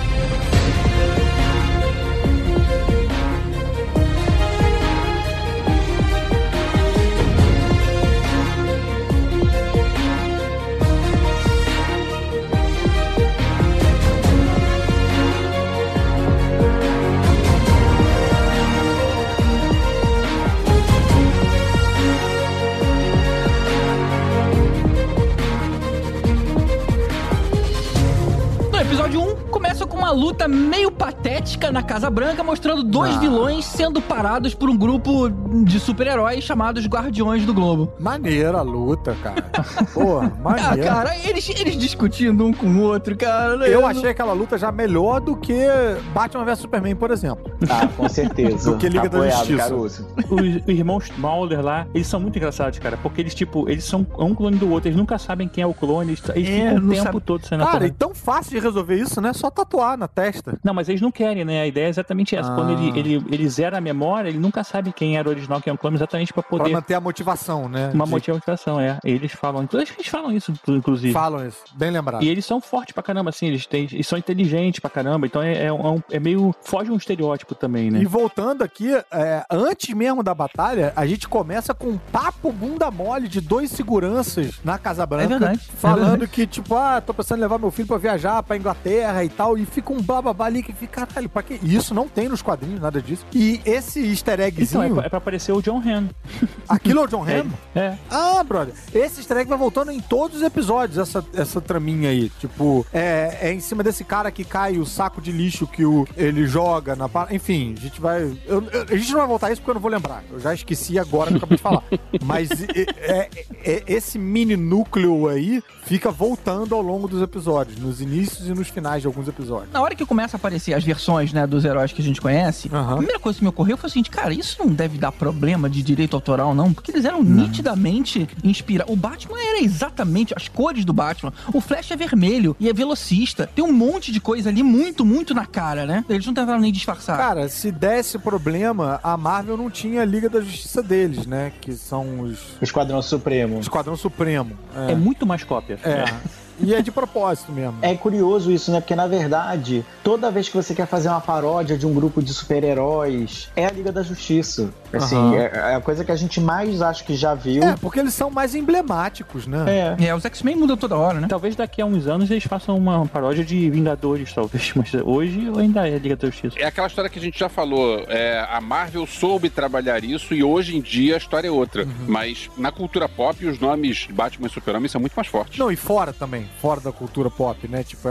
Episódio 1 começa com uma luta meio patética na Casa Branca, mostrando dois vilões sendo parados por um grupo de super-heróis chamados Guardiões do Globo. Maneira a luta, cara. Pô, maneira. Cara, eles discutindo um com o outro, cara. Eu achei aquela luta já melhor do que Batman vs Superman, por exemplo. Ah, com certeza. Do que Liga da Justiça. Caruso. Os irmãos Mulder lá, eles são muito engraçados, cara, porque eles, tipo, eles são um clone do outro, eles nunca sabem quem é o clone, eles ficam o tempo todo sendo Cara, e tão fácil de resolver isso, né? Só tatuar na testa. Não, mas eles não querem, né? A ideia é exatamente essa. Quando ele zera a memória, ele nunca sabe quem era o original, quem é o clone, exatamente pra poder... Pra manter a motivação, né? Uma motivação, é. Eles falam... Acho que eles falam isso, inclusive. Falam isso. Bem lembrado. E eles são fortes pra caramba, assim. Eles são inteligentes pra caramba. Então é meio... Foge um estereótipo também, né? E voltando aqui, antes mesmo da batalha, a gente começa com um papo bunda mole de dois seguranças na Casa Branca. É verdade. Falando que, tipo, tô pensando em levar meu filho pra viajar pra Inglaterra e tal. E fica um blá ali que fica, caralho, pra quê? E isso não tem nos quadrinhos, nada disso. E esse easter eggzinho... Então, é pra aparecer o John Hamm. Aquilo é o John Hamm? É. Ah, brother. Esse easter egg vai voltando em todos os episódios, essa traminha aí. Tipo, é em cima desse cara que cai o saco de lixo que ele joga na... Enfim, a gente vai... a gente não vai voltar a isso porque eu não vou lembrar. Eu já esqueci agora que eu acabei de falar. Mas esse mini núcleo aí fica voltando ao longo dos episódios, nos inícios e nos finais de alguns episódios. Na hora que começa a aparecer as versões, né, dos heróis que a gente conhece, a primeira coisa que me ocorreu foi o seguinte, cara, isso não deve dar problema de direito autoral, não, porque eles eram nitidamente inspirados. O Batman era exatamente as cores do Batman. O Flash é vermelho e é velocista. Tem um monte de coisa ali muito, muito na cara, né? Eles não tentaram nem disfarçar. Cara, se desse problema, a Marvel não tinha a Liga da Justiça deles, né? Que são os... Esquadrão Supremo. Esquadrão Supremo. É muito mais cópia. E é de propósito mesmo. É curioso isso, né? Porque, na verdade, toda vez que você quer fazer uma paródia de um grupo de super-heróis, é a Liga da Justiça. Assim, é a coisa que a gente mais acho que já viu. É, porque eles são mais emblemáticos, né? Os X-Men mudam toda hora, né? Talvez daqui a uns anos eles façam uma paródia de Vingadores, talvez. Mas hoje ainda é Liga da Justiça. É aquela história que a gente já falou. A Marvel soube trabalhar isso e hoje em dia a história é outra. Mas na cultura pop, os nomes Batman e Super-Homem são muito mais fortes. Não, e fora também. Fora da cultura pop, né? Tipo, é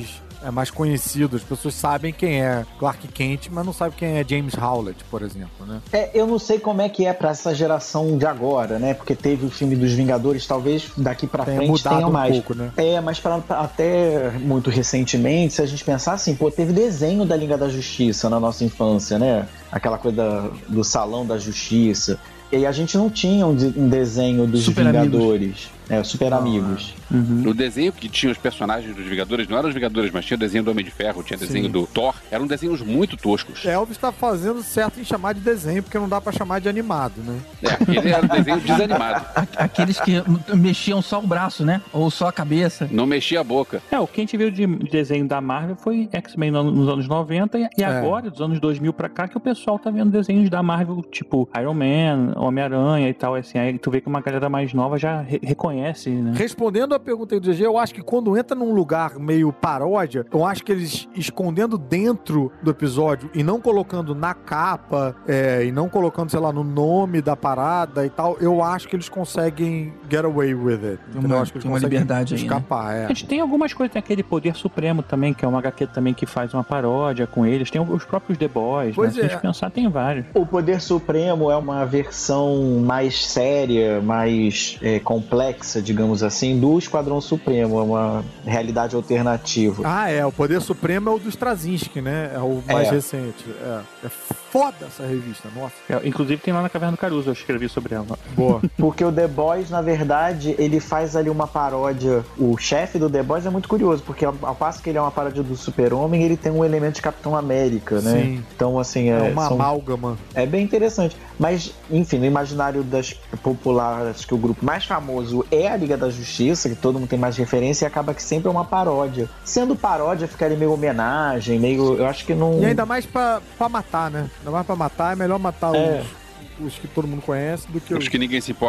mais conhecido. As pessoas sabem quem é Clark Kent, mas não sabem quem é James Howlett, por exemplo, né? Eu não sei como é que é pra essa geração de agora, né? Porque teve o filme dos Vingadores, talvez daqui pra frente tenha mais. Um pouco, né? Mas até muito recentemente, se a gente pensar assim, teve desenho da Liga da Justiça na nossa infância, né? Aquela coisa do Salão da Justiça. E a gente não tinha um desenho dos Vingadores. Super Amigos. O desenho que tinha os personagens dos Vingadores, não eram os Vingadores, mas tinha desenho do Homem de Ferro, tinha desenho do Thor, eram desenhos muito toscos. Elvis tá fazendo certo em chamar de desenho, porque não dá pra chamar de animado, né? Aquele era um desenho desanimado. Aqueles que mexiam só o braço, né? Ou só a cabeça. Não mexia a boca. O que a gente viu de desenho da Marvel foi X-Men nos anos 90 e agora, dos anos 2000 pra cá, que o pessoal tá vendo desenhos da Marvel, tipo Iron Man, Homem-Aranha e tal, assim. Aí tu vê que uma galera mais nova já reconhece, né? Respondendo a pergunta aí do GG, eu acho que quando entra num lugar meio paródia, eu acho que eles escondendo dentro do episódio e não colocando na capa, e não colocando, sei lá, no nome da parada e tal, eu acho que eles conseguem get away with it. Eu acho que eles conseguem liberdade escapar, aí, né? A gente tem algumas coisas, tem aquele Poder Supremo também, que é uma HQ também que faz uma paródia com eles, tem os próprios The Boys, né? Se a gente pensar, tem vários. O Poder Supremo é uma versão mais séria, mais complexa, digamos assim, do Esquadrão Supremo, é uma realidade alternativa. O Poder Supremo é o do Straczynski, né? É o mais recente. É foda essa revista, nossa. Inclusive tem lá na Caverna do Caruso, eu escrevi sobre ela. Boa. Porque o The Boys, na verdade, ele faz ali uma paródia. O chefe do The Boys é muito curioso, porque ao passo que ele é uma paródia do Super-Homem, ele tem um elemento de Capitão América, né? Sim. Então, assim... uma amálgama. É bem interessante. Mas, enfim, no imaginário das populares, acho que o grupo mais famoso é a Liga da Justiça, que todo mundo tem mais referência, e acaba que sempre é uma paródia. Sendo paródia, ficaria meio homenagem, meio... Eu acho que não... E ainda mais pra matar, né? Ainda mais pra matar, é melhor matar os que todo mundo conhece do que os que ninguém se importa.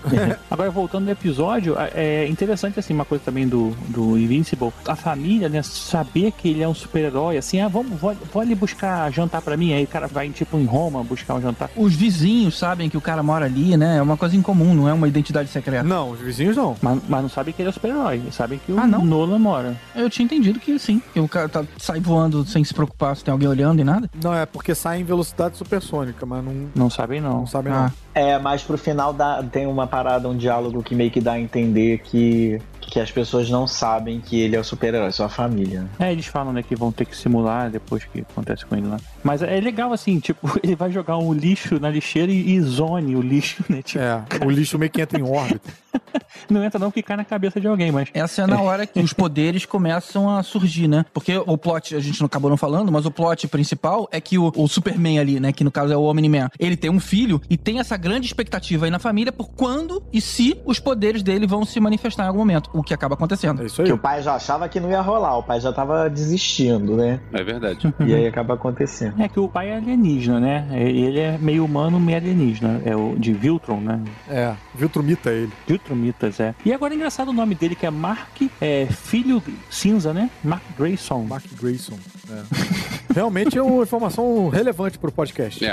Agora, voltando ao episódio, é interessante, assim, uma coisa também do Invincible. A família, né, saber que ele é um super-herói, assim, vou ali buscar jantar pra mim. Aí o cara vai, tipo, em Roma buscar um jantar. Os vizinhos sabem que o cara mora ali, né? É uma coisa incomum, não é uma identidade secreta. Não, os vizinhos não. Mas não sabem que ele é super-herói. Sabem que o Nolan mora. Eu tinha entendido que sim. Que o cara sai voando sem se preocupar se tem alguém olhando e nada. Não, é porque sai em velocidade supersônica, mas não... Não sabem, não. Não sabem, não. Mas pro final tem uma parada, um diálogo que meio que dá a entender que as pessoas não sabem que ele é o super-herói, só a família. Eles falam, né, que vão ter que simular depois que acontece com ele lá. Mas é legal, assim, tipo, ele vai jogar um lixo na lixeira e zone o lixo, né? Tipo, o lixo meio que entra em órbita. Não entra não, porque cai na cabeça de alguém, mas... Essa é na hora que os poderes começam a surgir, né? Porque o plot, a gente não acabou não falando, mas o plot principal é que o Superman ali, né, que no caso é o Omni-Man, ele tem um filho e tem essa grande expectativa aí na família por quando e se os poderes dele vão se manifestar em algum momento, o que acaba acontecendo. É isso aí. Que o pai já achava que não ia rolar, o pai já tava desistindo, né? É verdade. E aí acaba acontecendo. É que o pai é alienígena, né? Ele é meio humano, meio alienígena. É o de Viltron, né? Viltrumita ele. Viltrumitas, é. E agora é engraçado o nome dele, que é Mark, filho cinza, né? Mark Grayson. Mark Grayson, Realmente é uma informação relevante pro podcast.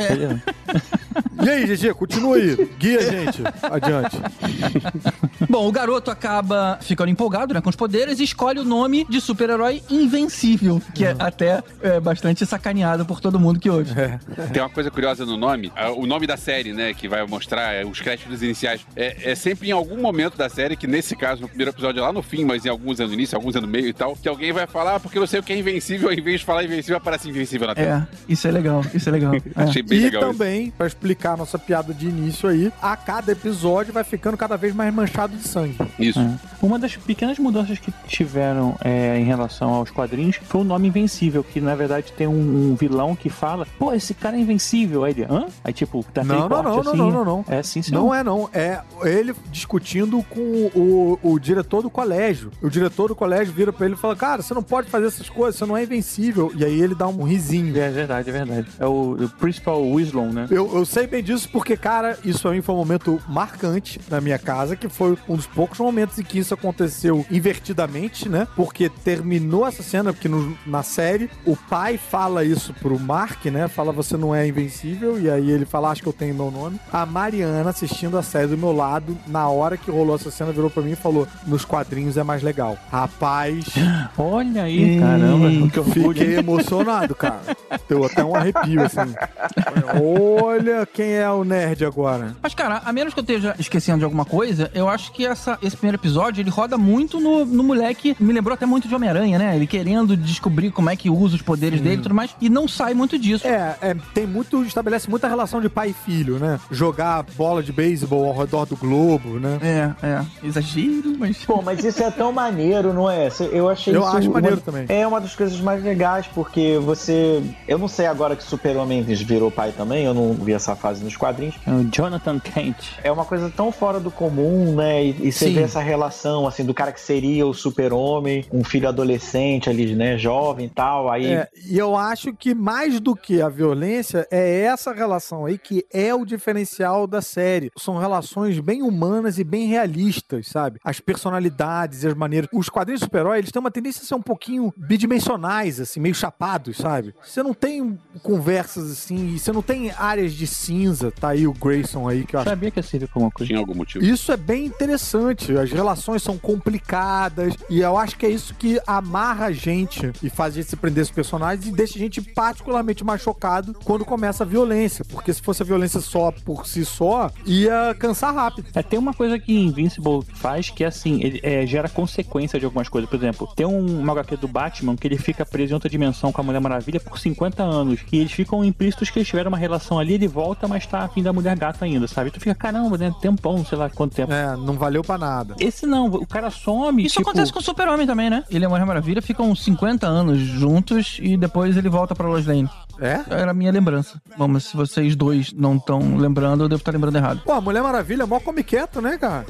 E aí, GG, continua aí. Guia a gente. Adiante. Bom, o garoto acaba ficando empolgado, né, com os poderes e escolhe o nome de super-herói Invencível, que é até bastante sacaneado por todo mundo que ouve. Tem uma coisa curiosa no nome. O nome da série, né, que vai mostrar os créditos iniciais, é sempre em algum momento da série, que nesse caso, no primeiro episódio é lá no fim, mas em alguns é no início, alguns é no meio e tal, que alguém vai falar, porque eu sei o que é Invencível, em vez de falar Invencível, aparece Invencível na tela. Isso é legal, Achei bem legal. E também, pra explicar a nossa piada de início aí, a cada episódio vai ficando cada vez mais manchado de sangue. Isso. Uma das pequenas mudanças que tiveram em relação aos quadrinhos foi o nome Invencível, que na verdade tem um vilão que fala, pô, esse cara é invencível. Aí ele, hã? Aí tipo, tá não. É sim, sim. Não. É ele discutindo com o diretor do colégio. O diretor do colégio vira pra ele e fala, cara, você não pode fazer essas coisas, você não é invencível. E aí ele dá um risinho. É verdade. É o Principal Winslow, né? Eu sei bem disso porque, cara, isso pra mim foi um momento marcante na minha casa, que foi um dos poucos momentos em que isso aconteceu invertidamente, né? Porque terminou essa cena, porque na série o pai fala isso pro Mark, né? Fala, você não é invencível, e aí ele fala, acho que eu tenho meu nome. A Mariana, assistindo a série do meu lado, na hora que rolou essa cena, virou pra mim e falou, nos quadrinhos é mais legal. Rapaz... Olha aí, caramba. Que fiquei emocionado, cara. Deu até um arrepio, assim. Olha quem é o nerd agora. Mas, cara, a menos que eu esteja esquecendo de alguma coisa, eu acho que esse primeiro episódio, ele roda muito no moleque, me lembrou até muito de Homem-Aranha, né? Ele querendo descobrir como é que usa os poderes dele e tudo mais, e não sai muito disso. Estabelece muita relação de pai e filho, né? Jogar bola de beisebol ao redor do globo, né? Exagero, mas... Pô, mas isso é tão maneiro, não é? Eu acho maneiro também. É uma das coisas mais legais, porque você... Eu não sei agora que Super-Homem virou pai também, eu não vi essa fase nos quadrinhos. É o Jonathan Kent. É uma coisa tão fora do comum, né? E você vê essa relação, assim, do cara que seria o Super-Homem, um filho adolescente ali, né? Jovem e tal, aí... E eu acho que mais do que a violência, é essa relação aí que é o diferencial da série. São relações bem humanas e bem realistas, sabe? As personalidades e as maneiras... Os quadrinhos de super-herói, eles têm uma tendência a ser um pouquinho bidimensionais, assim, meio chapados, sabe? Você não tem conversas assim, você não tem áreas de cinza, tá aí o Grayson aí, que eu acho... Sabia que ia servir pra uma coisa. Tinha algum motivo. Isso é bem interessante, as relações são complicadas, e eu acho que é isso que amarra a gente e faz a gente se prender aos personagens e deixa a gente particularmente mais chocado quando começa a violência, porque se fosse a violência só por si só, ia cansar rápido. Tem uma coisa que Invincible faz que, assim, ele gera consequência de algumas coisas. Por exemplo, tem uma HQ do Batman que ele fica preso em outra dimensão com a Mulher Maravilha por 50 anos, e eles ficam implícitos que eles tiveram uma relação ali, ele volta, mas tá afim da Mulher Gata ainda, sabe? Tu fica, caramba, né? Tempão, sei lá quanto tempo. Não valeu pra nada. Esse não, o cara some. Isso acontece com o Super-Homem também, né? Ele e a Mulher Maravilha ficam 50 anos juntos e depois ele volta pra Lois Lane. É? Era a minha lembrança. Bom, mas se vocês dois não estão lembrando, eu devo estar lembrando errado. Pô, a Mulher Maravilha mó come quieto, né, cara?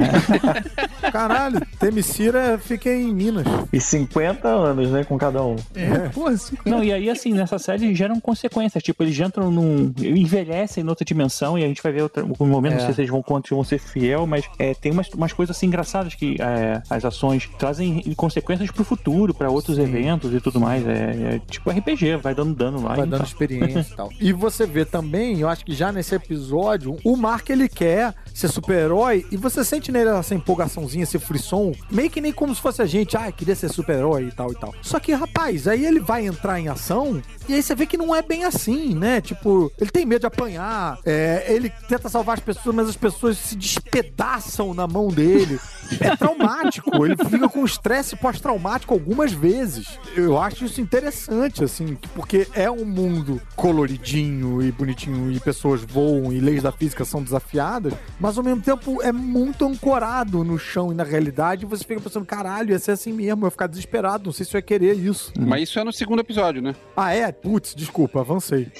Caralho, Themyscira fica em Minas. E 50 anos, né, com cada um. Porra, 50. Não, e aí, assim, nessa série geram consequências. Tipo, eles entram envelhecem em outra dimensão e a gente vai ver o momento, não sei se eles vão ser fiel, mas tem umas coisas assim engraçadas que as ações trazem consequências pro futuro, pra outros eventos e tudo mais. Tipo RPG, vai dando dano lá. Vai dando experiência e tal. E você vê também, eu acho que já nesse episódio, o Mark, ele quer ser super-herói e você sente nele essa empolgaçãozinha, esse frisson, meio que nem como se fosse a gente, queria ser super-herói e tal e tal. Só que, rapaz, aí ele vai entrar em ação e aí você vê que não é bem assim, né? Tipo, ele tem medo de apanhar, ele tenta salvar as pessoas, mas as pessoas se despedaçam na mão dele. É traumático, ele fica com estresse pós-traumático algumas vezes. Eu acho isso interessante, assim, porque é um mundo coloridinho e bonitinho e pessoas voam e leis da física são desafiadas, mas ao mesmo tempo é muito ancorado no chão e na realidade e você fica pensando, caralho, ia ser assim mesmo, eu ia ficar desesperado, não sei se eu ia querer isso. Mas isso é no segundo episódio, né? Ah, é? Putz, desculpa, avancei.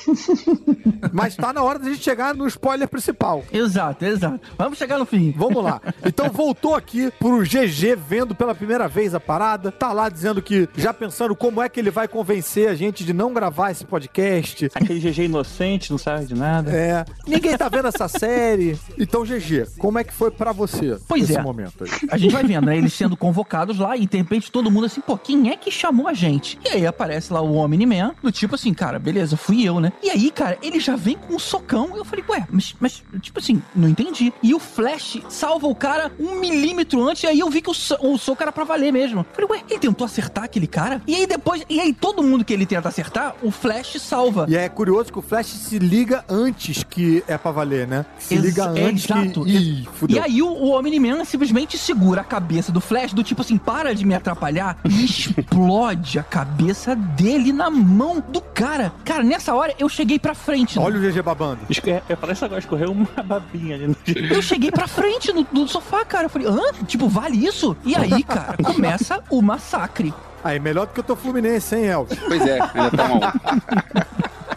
Mas tá na hora da gente chegar no spoiler principal. Exato. Vamos chegar no fim. Vamos lá. Então voltou aqui pro GG vendo pela primeira vez a parada, tá lá dizendo que, já pensando como é que ele vai convencer a gente de não gravar esse podcast. Aquele GG inocente, não sabe de nada. Ninguém tá vendo essa série. Então, GG, como é que foi pra você esse momento aí? A gente vai vendo, né? Eles sendo convocados lá e de repente todo mundo assim, pô, quem é que chamou a gente? E aí aparece lá o Omni-Man, do tipo assim, cara, beleza, fui eu, né? E aí, cara, ele já vem com um socão. Eu falei, ué, mas tipo assim, não entendi. E o Flash salva o cara 1 milímetro antes, e aí eu vi que o soco era pra valer mesmo. Eu falei, ué, ele tentou acertar aquele cara? E aí todo mundo que ele tenta acertar, o Flash salva. E é curioso que o Flash se liga antes que é pra valer, né? Se liga antes exato. Ih, fudeu. E aí o Omni-Man simplesmente segura a cabeça do Flash, do tipo assim, para de me atrapalhar, e explode a cabeça dele na mão do cara. Cara, nessa hora eu cheguei pra frente. Olha o GG babando. Parece agora escorreu uma babinha ali no Eu cheguei pra frente no sofá, cara. Eu falei, tipo, vale isso? E aí, cara, começa o massacre. Aí, melhor do que o teu Fluminense, hein, Elvis? Pois é, ainda tá mal.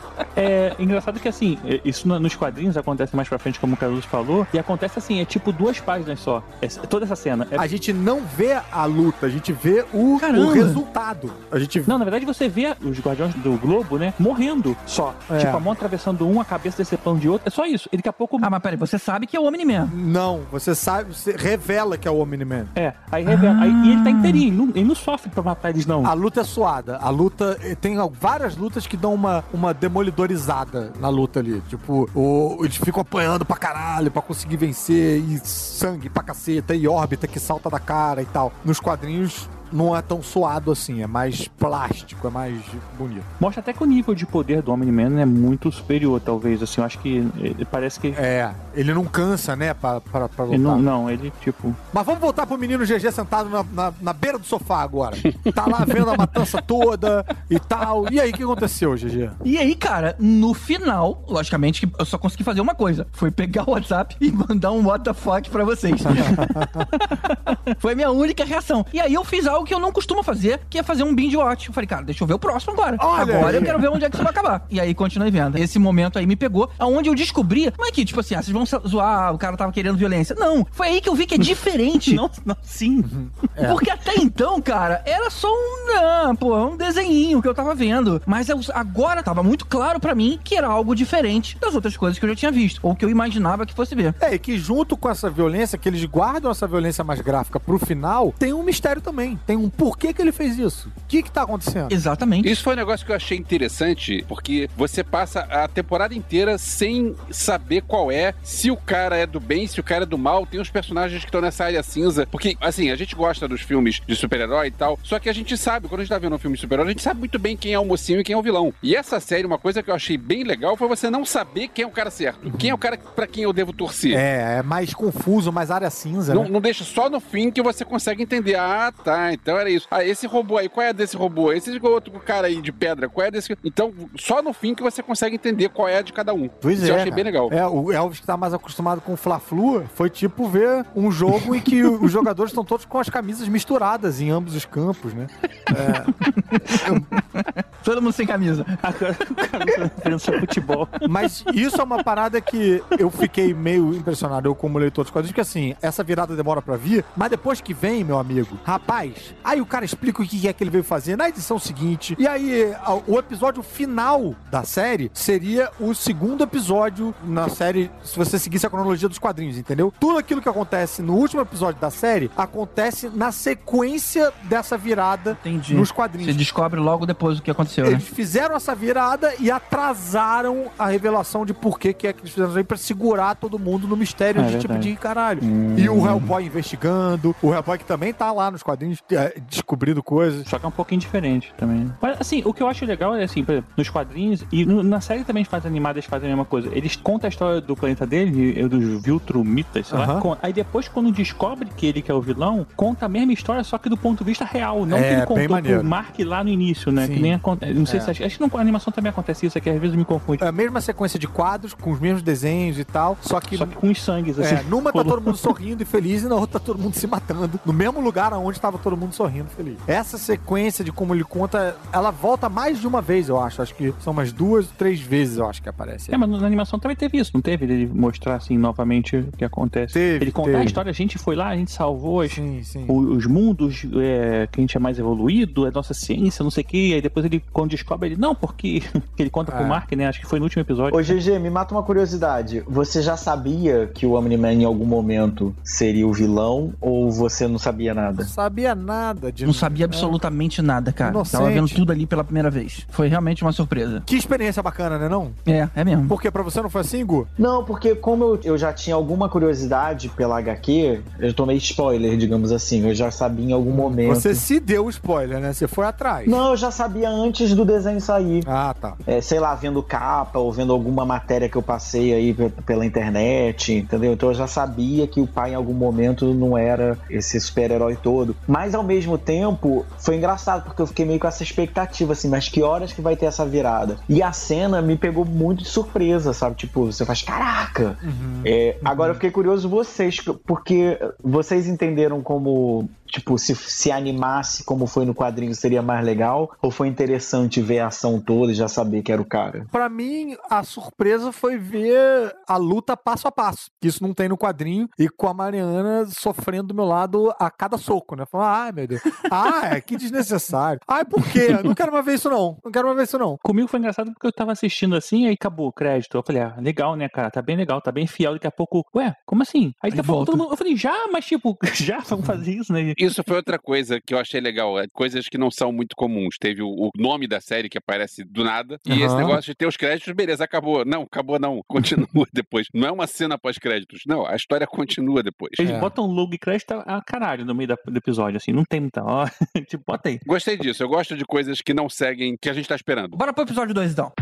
É engraçado que, assim, isso nos quadrinhos acontece mais pra frente, como o Carlos falou, e acontece assim, é tipo 2 páginas só. Toda essa cena. A gente não vê a luta, a gente vê o resultado. Não, na verdade você vê os Guardiões do Globo, né, morrendo só. Tipo, a mão atravessando um, a cabeça decepando de outro. É só isso. E daqui a pouco... mas peraí, você sabe que é o Omni-Man. Não, você sabe, você revela que é o Omni-Man. Aí revela. E ele tá inteirinho, ele não sofre pra matar eles, não. A luta é suada. A luta... Tem várias lutas que dão uma demolidorizada na luta ali. Tipo, eles ficam apanhando pra caralho pra conseguir vencer, e sangue pra caceta, e órbita que salta da cara e tal. Nos quadrinhos não é tão suado assim, é mais plástico, é mais bonito. Mostra até que o nível de poder do Omni-Man é muito superior, talvez, assim, eu acho que parece que... ele não cansa, né, pra lutar. Ele, tipo... Mas vamos voltar pro menino GG sentado na beira do sofá agora. Tá lá vendo a matança toda e tal. E aí, o que aconteceu, GG? E aí, cara, no final, logicamente, que eu só consegui fazer uma coisa. Foi pegar o WhatsApp e mandar um what the fuck pra vocês. Foi a minha única reação. E aí eu fiz algo que eu não costumo fazer, que é fazer um binge watch. Eu falei, cara, deixa eu ver o próximo agora. Agora eu quero ver onde é que isso vai acabar. E aí continuei vendo. Esse momento aí me pegou, aonde eu descobri, mas que, tipo assim, vocês vão zoar, o cara tava querendo violência. Não, foi aí que eu vi que é diferente. Sim. Porque até então, cara, era só um desenhinho que eu tava vendo. Mas agora tava muito claro pra mim que era algo diferente das outras coisas que eu já tinha visto, ou que eu imaginava que fosse ver. E que junto com essa violência, que eles guardam essa violência mais gráfica pro final, tem um mistério também. Tem um porquê que ele fez isso. O que tá acontecendo? Exatamente. Isso foi um negócio que eu achei interessante, porque você passa a temporada inteira sem saber qual se o cara é do bem, se o cara é do mal. Tem os personagens que estão nessa área cinza. Porque, assim, a gente gosta dos filmes de super-herói e tal, só que a gente sabe, quando a gente tá vendo um filme de super-herói, a gente sabe muito bem quem é o mocinho e quem é o vilão. E essa série, uma coisa que eu achei bem legal foi você não saber quem é o cara certo. Quem é o cara pra quem eu devo torcer. É mais confuso, mais área cinza, não deixa só no fim que você consegue entender. Tá, então era isso. Esse robô aí, qual é desse robô? Esse outro cara aí de pedra, qual é desse? Então, só no fim que você consegue entender qual é de cada um. Pois isso eu achei bem legal. O Elvis, que tá mais acostumado com o Fla-Flu, foi tipo ver um jogo em que os jogadores estão todos com as camisas misturadas em ambos os campos, né? Todo mundo sem camisa. Agora o cara pensa futebol. Mas isso é uma parada que eu fiquei meio impressionado, eu como leitor dos quadrinhos, porque assim, essa virada demora pra vir, mas depois que vem, meu amigo, rapaz, aí o cara explica o que é que ele veio fazer na edição seguinte, e aí o episódio final da série seria o segundo episódio na série, se você seguisse a cronologia dos quadrinhos, entendeu? Tudo aquilo que acontece no último episódio da série acontece na sequência dessa virada nos quadrinhos. Você descobre logo depois o que aconteceu, Eles fizeram essa virada e atrasaram a revelação de por que é que eles fizeram isso aí pra segurar todo mundo no mistério de verdade. tipo de caralho. E o Hellboy investigando, o Hellboy que também tá lá nos quadrinhos descobrindo coisas. Só que é um pouquinho diferente também. Mas, assim, o que eu acho legal é, assim, por exemplo, nos quadrinhos, e na série também faz animadas, fazem a mesma coisa. Eles contam a história do planeta dele, dos Viltrumitas, sei lá. Aí depois, quando descobre que ele que é o vilão, conta a mesma história, só que do ponto de vista real. Não que ele contou pro Mark lá no início, né? Sim. Que nem acontece. Não sei se acho que a animação também acontece isso, aqui às vezes me confunde. É a mesma sequência de quadros, com os mesmos desenhos e tal, só que com os sangues, assim. Numa tá todo mundo sorrindo e feliz, e na outra tá todo mundo se matando. No mesmo lugar onde tava todo mundo sorrindo e feliz. Essa sequência de como ele conta, ela volta mais de uma vez, eu acho. Acho que são umas 2, 3 vezes, eu acho que aparece. Mas na animação também teve isso, não teve? Ele mostrar, assim, novamente o que acontece. Ele contar a história, a gente foi lá, a gente salvou os mundos, que a gente é mais evoluído, a nossa ciência, não sei o que, aí depois ele, quando descobre, ele, não, porque ele conta pro Mark, né? Acho que foi no último episódio. Ô, GG, me mata uma curiosidade. Você já sabia que o Omni-Man em algum momento seria o vilão, ou você não sabia nada? Não sabia nada. Não sabia absolutamente nada, cara. Inocente. Tava vendo tudo ali pela primeira vez. Foi realmente uma surpresa. Que experiência bacana, né, não? É mesmo. Porque pra você não foi assim, Gu? Não, porque como eu já tinha alguma curiosidade pela HQ, eu tomei spoiler, digamos assim. Eu já sabia em algum momento. Você se deu spoiler, né? Você foi atrás. Não, eu já sabia antes do desenho sair. Ah, tá. Sei lá, vendo capa ou vendo alguma matéria que eu passei aí pela internet, entendeu? Então eu já sabia que o pai em algum momento não era esse super-herói todo. Mas ao mesmo tempo, foi engraçado, porque eu fiquei meio com essa expectativa, assim, mas que horas que vai ter essa virada? E a cena me pegou muito de surpresa, sabe? Tipo, você faz, caraca! Agora eu fiquei curioso vocês, porque vocês entenderam como... Tipo, se animasse como foi no quadrinho seria mais legal? Ou foi interessante ver a ação toda e já saber que era o cara? Pra mim, a surpresa foi ver a luta passo a passo. Que isso não tem no quadrinho. E com a Mariana sofrendo do meu lado a cada soco, né? Falando, ai meu Deus. Que desnecessário. Ai, por quê? Não quero mais ver isso não. Não quero mais ver isso não. Comigo foi engraçado porque eu tava assistindo assim, aí acabou o crédito. Eu falei, legal, né, cara? Tá bem legal, tá bem fiel. Daqui a pouco, como assim? Aí daqui a pouco todo mundo... Eu falei, mas tipo, já vamos fazer isso, né? Isso foi outra coisa que eu achei legal. Coisas que não são muito comuns. Teve o nome da série que aparece do nada. E esse negócio de ter os créditos, beleza, acabou. Não, acabou não. Continua depois. Não é uma cena pós-créditos. Não, a história continua depois. Eles botam logo e crédito a caralho no meio do episódio, assim. Não tem muita hora. Tipo, bota aí. Gostei disso. Eu gosto de coisas que não seguem, que a gente tá esperando. Bora pro episódio 2, então.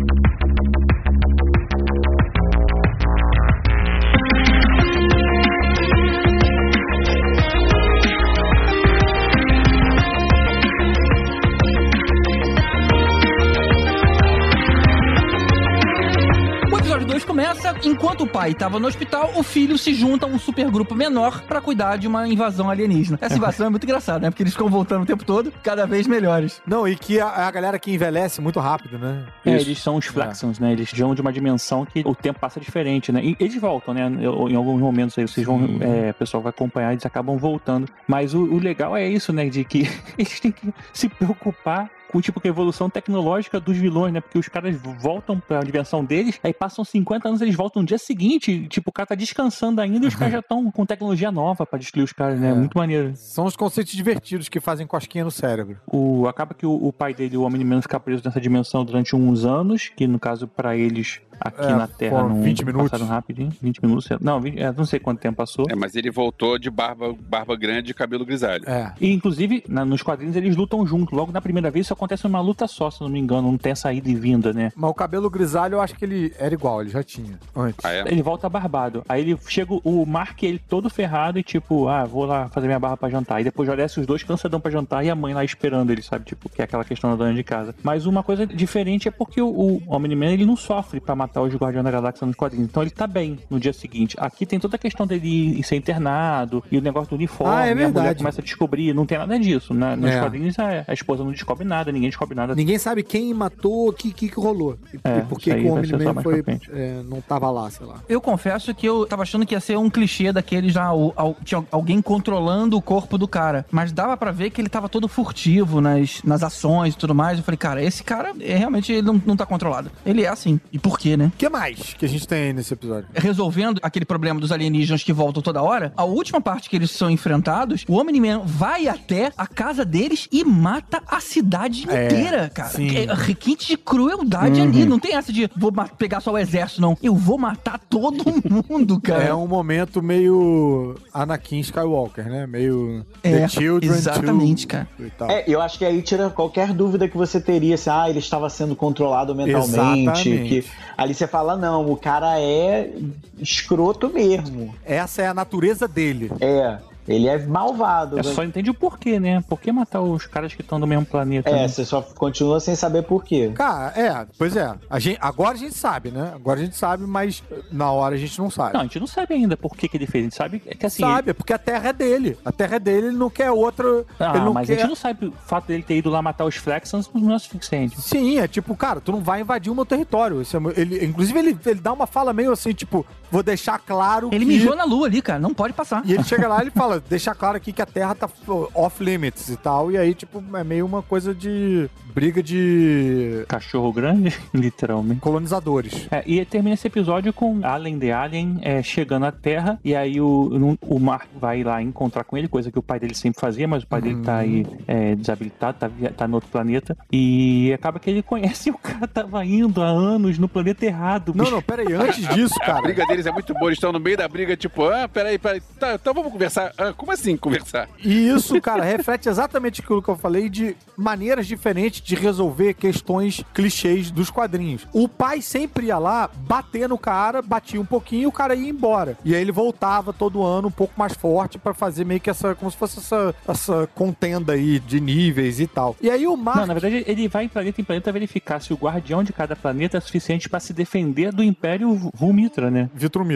Começa, enquanto o pai estava no hospital, o filho se junta a um supergrupo menor pra cuidar de uma invasão alienígena. Essa invasão é muito engraçada, né? Porque eles ficam voltando o tempo todo, cada vez melhores. Não, e que a galera que envelhece muito rápido, né? Eles são os Flaxons, né? Eles vão de uma dimensão que o tempo passa diferente, né? E eles voltam, né? Em alguns momentos aí, vocês vão... o pessoal vai acompanhar, eles acabam voltando. Mas o legal é isso, né? De que eles têm que se preocupar com tipo a evolução tecnológica dos vilões, né? Porque os caras voltam pra dimensão deles, aí passam 50 anos, eles voltam no dia seguinte, tipo, o cara tá descansando ainda e os caras já estão com tecnologia nova pra destruir os caras, né? Muito maneiro. São os conceitos divertidos que fazem cosquinha no cérebro. Acaba que o pai dele, o Omni-Man, fica preso nessa dimensão durante uns anos, que no caso, pra eles... Aqui na Terra, não 20 minutos. Passaram rapidinho. 20 minutos. Não, não sei quanto tempo passou. Mas ele voltou de barba grande e cabelo grisalho. E, inclusive, nos quadrinhos eles lutam junto. Logo na primeira vez isso acontece numa luta só, se não me engano. Não tem essa ida e vinda, né? Mas o cabelo grisalho eu acho que ele era igual, ele já tinha antes. Ele volta barbado. Aí ele chega, o Mark, ele todo ferrado e tipo, vou lá fazer minha barba pra jantar. E depois já desce os dois cansadão pra jantar e a mãe lá esperando ele, sabe? Tipo, que é aquela questão da dona de casa. Mas uma coisa diferente é porque o Omni-Man, ele não sofre pra matar matar os Guardiões da Galáxia nos quadrinhos. Então ele tá bem no dia seguinte. Aqui tem toda a questão dele ser internado e o negócio do uniforme. E a mulher começa a descobrir. Não tem nada disso, né? Nos quadrinhos a esposa não descobre nada, ninguém descobre nada. Ninguém sabe quem matou, o que rolou. E por que o Omni-Man foi... não tava lá, sei lá. Eu confesso que eu tava achando que ia ser um clichê daquele já, tinha alguém controlando o corpo do cara. Mas dava pra ver que ele tava todo furtivo nas ações e tudo mais. Eu falei, cara, esse cara, realmente, ele não tá controlado. Ele é assim. E por quê, né? O que mais que a gente tem aí nesse episódio? Resolvendo aquele problema dos alienígenas que voltam toda hora, a última parte que eles são enfrentados, o Omni-Man vai até a casa deles e mata a cidade inteira, cara. É requinte de crueldade ali. Não tem essa de vou pegar só o exército, não. Eu vou matar todo mundo, cara. É um momento meio Anakin Skywalker, né? Meio The Children. Exatamente, cara. Eu acho que aí tira qualquer dúvida que você teria, se ele estava sendo controlado mentalmente. Que, ali você fala, não, o cara é escroto mesmo. Essa é a natureza dele. Ele é malvado. Só entende o porquê, né? Por que matar os caras que estão no mesmo planeta? Né? Você só continua sem saber por quê. Cara, pois é. Agora a gente sabe, né? Agora a gente sabe, mas na hora a gente não sabe. Não, a gente não sabe ainda por que ele fez. A gente sabe que assim... Sabe, porque a Terra é dele. A Terra é dele, ele não quer outra... mas a gente não sabe o fato dele ter ido lá matar os Flexans não é suficiente. Sim, é tipo, cara, tu não vai invadir o meu território. Inclusive, ele dá uma fala meio assim, tipo, vou deixar claro Ele mijou na lua ali, cara, não pode passar. E ele chega lá e ele fala, deixar claro aqui que a Terra tá off limits e tal, e aí, tipo, é meio uma coisa de briga de... Cachorro grande, literalmente. Colonizadores. E termina esse episódio com Alien the Alien chegando à Terra, e aí o Mark vai lá encontrar com ele, coisa que o pai dele sempre fazia, mas o pai dele tá aí desabilitado, tá no outro planeta, e acaba que ele conhece o cara tava indo há anos no planeta errado. Não, peraí, antes disso, cara... A briga deles é muito boa, eles estão no meio da briga, tipo, peraí, tá, então vamos conversar. Como assim conversar? E isso, cara, reflete exatamente aquilo que eu falei de maneiras diferentes de resolver questões clichês dos quadrinhos. O pai sempre ia lá, bater no cara, batia um pouquinho e o cara ia embora. E aí ele voltava todo ano um pouco mais forte pra fazer meio que como se fosse essa contenda aí de níveis e tal. E aí o Mark... Não, na verdade, ele vai em planeta verificar se o guardião de cada planeta é suficiente pra se defender do Império Viltrumita, né?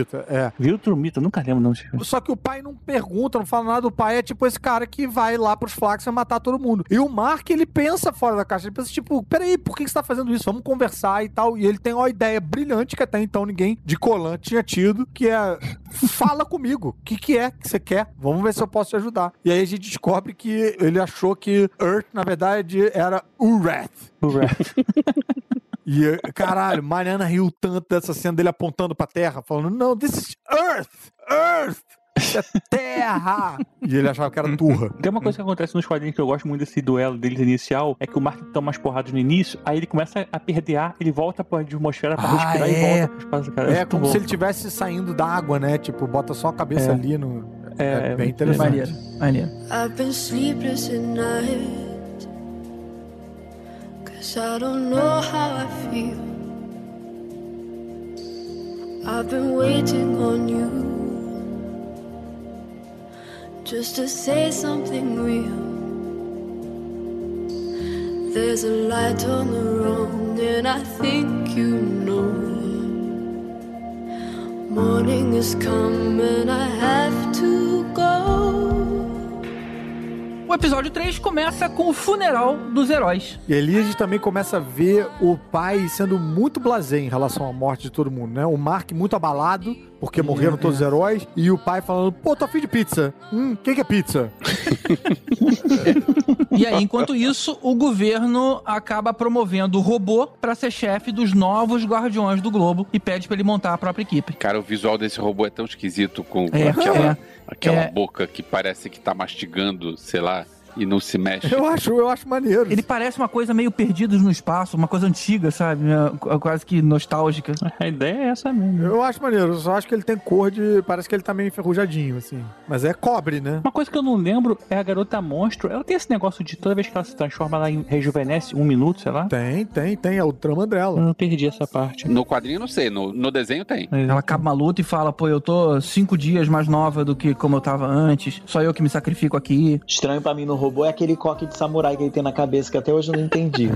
Viltrumita, nunca lembro não. Só que o pai não pergunta, não fala nada. O pai é tipo esse cara que vai lá pros Flaxans matar todo mundo. E o Mark, ele pensa fora da caixa. Ele pensa tipo, peraí, por que você tá fazendo isso? Vamos conversar e tal. E ele tem uma ideia brilhante que até então ninguém de Colan tinha tido, que é, fala comigo. O que é que você quer? Vamos ver se eu posso te ajudar. E aí a gente descobre que ele achou que Earth, na verdade, era Urath. E, caralho, Mariana riu tanto dessa cena dele apontando pra terra, falando, não, this is Earth! Isso é terra! E ele achava que era turra. Tem uma coisa que acontece nos quadrinhos que eu gosto muito desse duelo deles inicial, é que o Mark toma umas porradas no início, aí ele começa a perder ar, ele volta pra atmosfera pra respirar e volta pro espaço. Cara, é como se ele estivesse saindo da água, né? Tipo, bota só a cabeça ali no... É bem interessante. Maneiro. I've been sleepless at night, 'cause I don't know how I feel. I've been waiting on you, just to say something real. There's a light on the road and I think you know. Morning has come and I have to go. O episódio 3 começa com o funeral dos heróis. E ali a gente também começa a ver o pai sendo muito blasé em relação à morte de todo mundo, né? O Mark muito abalado, porque morreram todos os heróis, e o pai falando, pô, tô afim de pizza. Que é pizza? E aí, enquanto isso, o governo acaba promovendo o robô pra ser chefe dos novos Guardiões do Globo e pede pra ele montar a própria equipe. Cara, o visual desse robô é tão esquisito, com aquela boca que parece que tá mastigando, sei lá, e não se mexe. Eu acho maneiro. Ele parece uma coisa meio Perdidos no Espaço, uma coisa antiga, sabe? Quase que nostálgica. A ideia é essa mesmo. Eu acho maneiro, eu só acho que ele tem cor de... Parece que ele tá meio enferrujadinho, assim. Mas é cobre, né? Uma coisa que eu não lembro é a garota monstro. Ela tem esse negócio de toda vez que ela se transforma, ela rejuvenesce 1 minuto, sei lá? Tem. É o trama dela. Eu não perdi essa parte. No quadrinho eu não sei, no desenho tem. Ela acaba uma luta e fala, pô, eu tô 5 dias mais nova do que como eu tava antes. Só eu que me sacrifico aqui. Estranho pra mim no robô é aquele coque de samurai que ele tem na cabeça, que até hoje eu não entendi.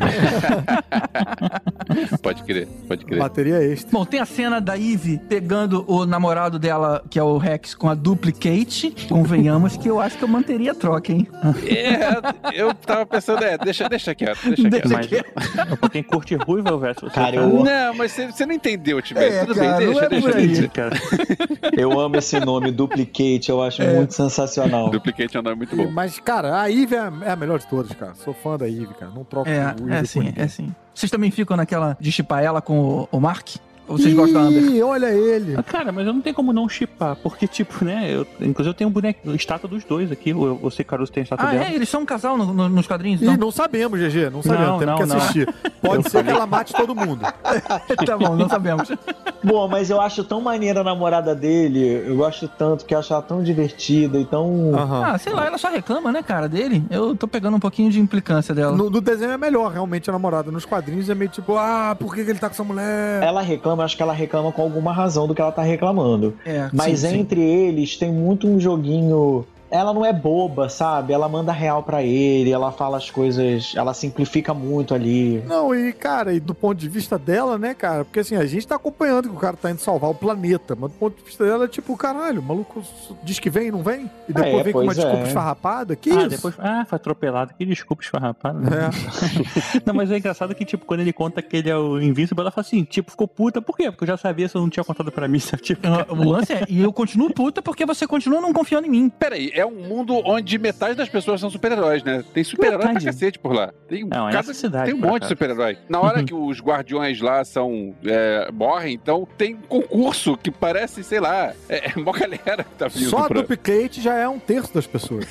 Pode crer. Bateria extra. Bom, tem a cena da Eve pegando o namorado dela, que é o Rex, com a Duplicate. Convenhamos que eu acho que eu manteria a troca, hein? Eu tava pensando, deixa quieto. Mas quem curte ruiva, verso, você Cara, tá... Não, mas você não entendeu, Tibério. Tudo cara, bem, não é por aí. deixa. cara. Eu amo esse nome, Duplicate, eu acho muito sensacional. Duplicate é um nome muito bom. Mas, cara, a Eve é a melhor de todas, cara. Sou fã da Eve, cara. Não troco o Eve por ninguém. É sim. Vocês também ficam naquela de chipar ela com o Mark? Ou vocês gostam da Amber? Ih, olha ele. Cara, mas eu não tenho como não shippar, porque, tipo, né, inclusive eu tenho um boneco, estátua dos dois aqui, você, Caruso, tem a estátua dela. Eles são um casal nos quadrinhos, Ih, então? não sabemos, GG, não sabemos, temos que assistir. Pode ser que ela mate todo mundo. Tá bom, não sabemos. Bom, mas eu acho tão maneira a namorada dele, eu gosto tanto, que eu acho ela tão divertida e tão... Sei lá, ela só reclama, né, cara, dele. Eu tô pegando um pouquinho de implicância dela. No desenho é melhor, realmente, a namorada. Nos quadrinhos é meio tipo, por que ele tá com essa mulher? Ela reclama, acho que ela reclama com alguma razão do que ela tá reclamando. Mas sim. Entre eles tem muito um joguinho... Ela não é boba, sabe? Ela manda real pra ele, ela fala as coisas, ela simplifica muito ali. Não, e cara, e do ponto de vista dela, né, cara? Porque assim, a gente tá acompanhando que o cara tá indo salvar o planeta, mas do ponto de vista dela é tipo, caralho, o maluco diz que vem e não vem? E depois vem com uma desculpa esfarrapada? Que isso? Depois, foi atropelado, que desculpa esfarrapada. Né? Não, mas é engraçado que, tipo, quando ele conta que ele é o Invincible, ela fala assim, tipo, ficou puta, por quê? Porque eu já sabia, se eu não tinha contado pra mim, sabe? Tipo, o lance e eu continuo puta porque você continua não confiando em mim. Peraí, é um mundo onde metade das pessoas são super-heróis, né? Tem super-herói pra cacete por lá. Tem um monte de super-herói. Na hora que os guardiões lá morrem, então tem um concurso que parece, sei lá, mó galera que tá vindo. Só a Duplicate já é 1/3 das pessoas.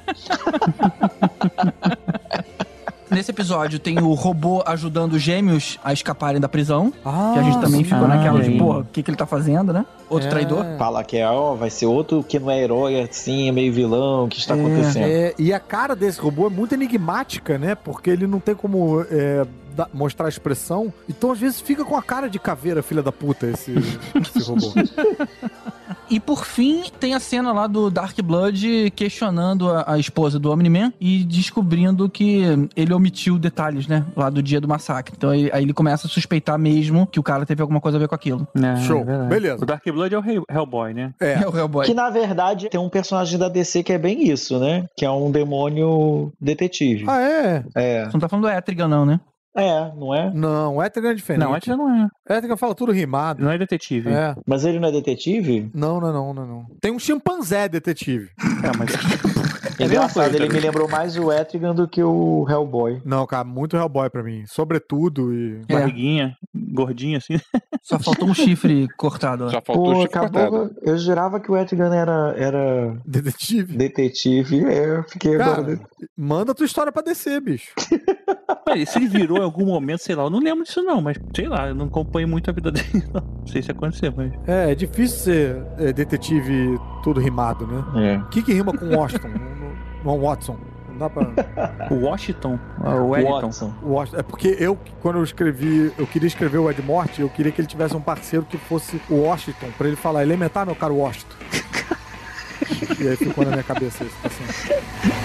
Nesse episódio tem o robô ajudando os gêmeos a escaparem da prisão. Que a gente também ficou naquela de, porra, o que ele tá fazendo, né? Outro traidor. Fala que vai ser outro que não é herói assim, é meio vilão, o que está acontecendo? E a cara desse robô é muito enigmática, né? Porque ele não tem como mostrar a expressão. Então, às vezes, fica com a cara de caveira, filha da puta, esse robô. E por fim, tem a cena lá do Dark Blood questionando a esposa do Omni-Man e descobrindo que ele omitiu detalhes, né? Lá do dia do massacre. Então aí ele começa a suspeitar mesmo que o cara teve alguma coisa a ver com aquilo. Show, beleza. O Dark Blood é o Hellboy, né? É o Hellboy. Que na verdade tem um personagem da DC que é bem isso, né? Que é um demônio detetive. Você não tá falando do Etrigan, não, né? Não é? Não, o Etrigan é diferente. Não, o Etrigan não é. O Etrigan fala tudo rimado. Não é detetive. Mas ele não é detetive? Não. Tem um chimpanzé detetive. Mas... Engraçado, ele me lembrou mais o Etrigan do que o Hellboy. Não, cara, muito Hellboy pra mim. Sobretudo e... Barriguinha, gordinho assim. Só faltou um chifre cortado. Só faltou um chifre cortado. Eu jurava que o Etrigan era... Detetive. Eu fiquei cara, agora... Manda tua história pra descer, bicho. Se ele virou em algum momento, sei lá, eu não lembro disso não, mas sei lá, eu não acompanho muito a vida dele, não sei se aconteceu, mas... É difícil ser detetive tudo rimado, né? O que rima com Washington? Não, Watson. Não dá pra... O Washington? O Wellington. É porque quando eu queria escrever o Ed Morte, eu queria que ele tivesse um parceiro que fosse o Washington, pra ele falar, elementar, meu caro Washington. E aí ficou na minha cabeça isso, assim.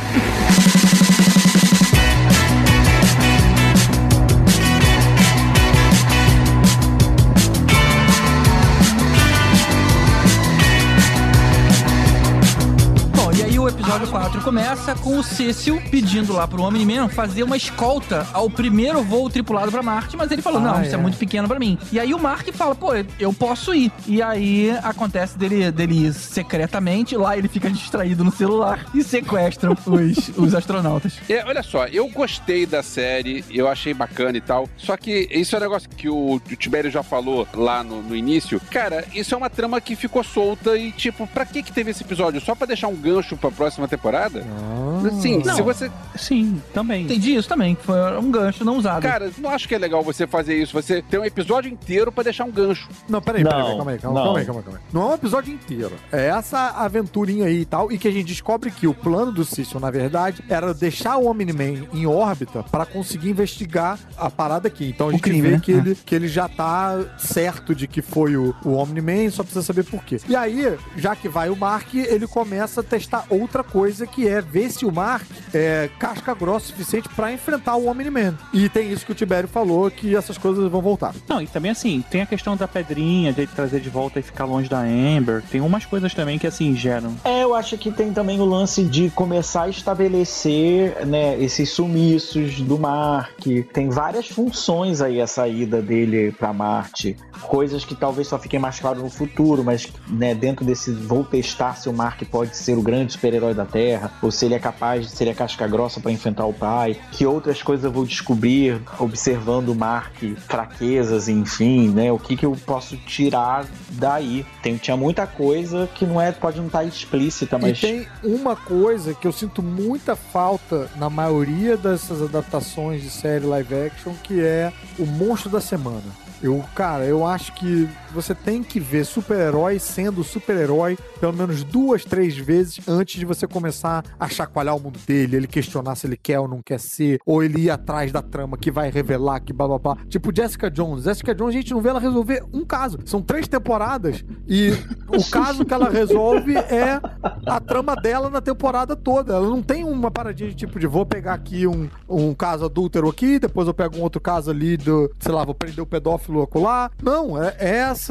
O episódio 4 começa com o Cecil pedindo lá pro Omni-Man fazer uma escolta ao primeiro voo tripulado pra Marte, mas ele falou, isso é muito pequeno pra mim. E aí o Mark fala, eu posso ir. E aí acontece dele ir secretamente, lá ele fica distraído no celular e sequestram os astronautas. Olha só, eu gostei da série, eu achei bacana e tal, só que isso é um negócio que o Tibério já falou lá no início. Cara, isso é uma trama que ficou solta e tipo, pra que teve esse episódio? Só pra deixar um gancho pra próxima temporada? Sim, se você... Sim, também. Entendi isso também, que foi um gancho não usado. Cara, não acho que é legal você fazer isso, você ter um episódio inteiro pra deixar um gancho. Não, peraí, calma aí. Não é um episódio inteiro. É essa aventurinha aí e tal, e que a gente descobre que o plano do Cecil, na verdade, era deixar o Omni-Man em órbita pra conseguir investigar a parada aqui. Então a gente vê, né? que ele já tá certo de que foi o Omni-Man, só precisa saber por quê. E aí, já que vai o Mark, ele começa a testar outra coisa que é ver se o Mark é casca grossa o suficiente pra enfrentar o Omni-Man. E tem isso que o Tibério falou, que essas coisas vão voltar. Não, e também assim, tem a questão da pedrinha, de ele trazer de volta e ficar longe da Amber. Tem umas coisas também que assim, geram. Eu acho que tem também o lance de começar a estabelecer, né, esses sumiços do Mark. Tem várias funções aí a saída dele pra Marte. Coisas que talvez só fiquem mais claras no futuro, mas, né, dentro desse vou testar se o Mark pode ser o grande super-herói da Terra, ou se ele é capaz de ser a casca grossa pra enfrentar o pai. Que outras coisas eu vou descobrir observando o Mark, fraquezas, enfim, né? O que eu posso tirar daí. Tinha muita coisa que pode não estar explícita, mas... E tem uma coisa que eu sinto muita falta na maioria dessas adaptações de série live action, que é o monstro da semana. Eu acho que você tem que ver super-herói sendo super-herói pelo menos 2, 3 vezes antes de você começar a chacoalhar o mundo dele, ele questionar se ele quer ou não quer ser, ou ele ir atrás da trama que vai revelar que bababá. Tipo Jessica Jones. Jessica Jones, a gente não vê ela resolver um caso. São 3 temporadas e o caso que ela resolve é a trama dela na temporada toda. Ela não tem uma paradinha de tipo de vou pegar aqui um caso adúltero aqui, depois eu pego um outro caso ali sei lá, vou prender o pedófilo acolá. Não, é essa...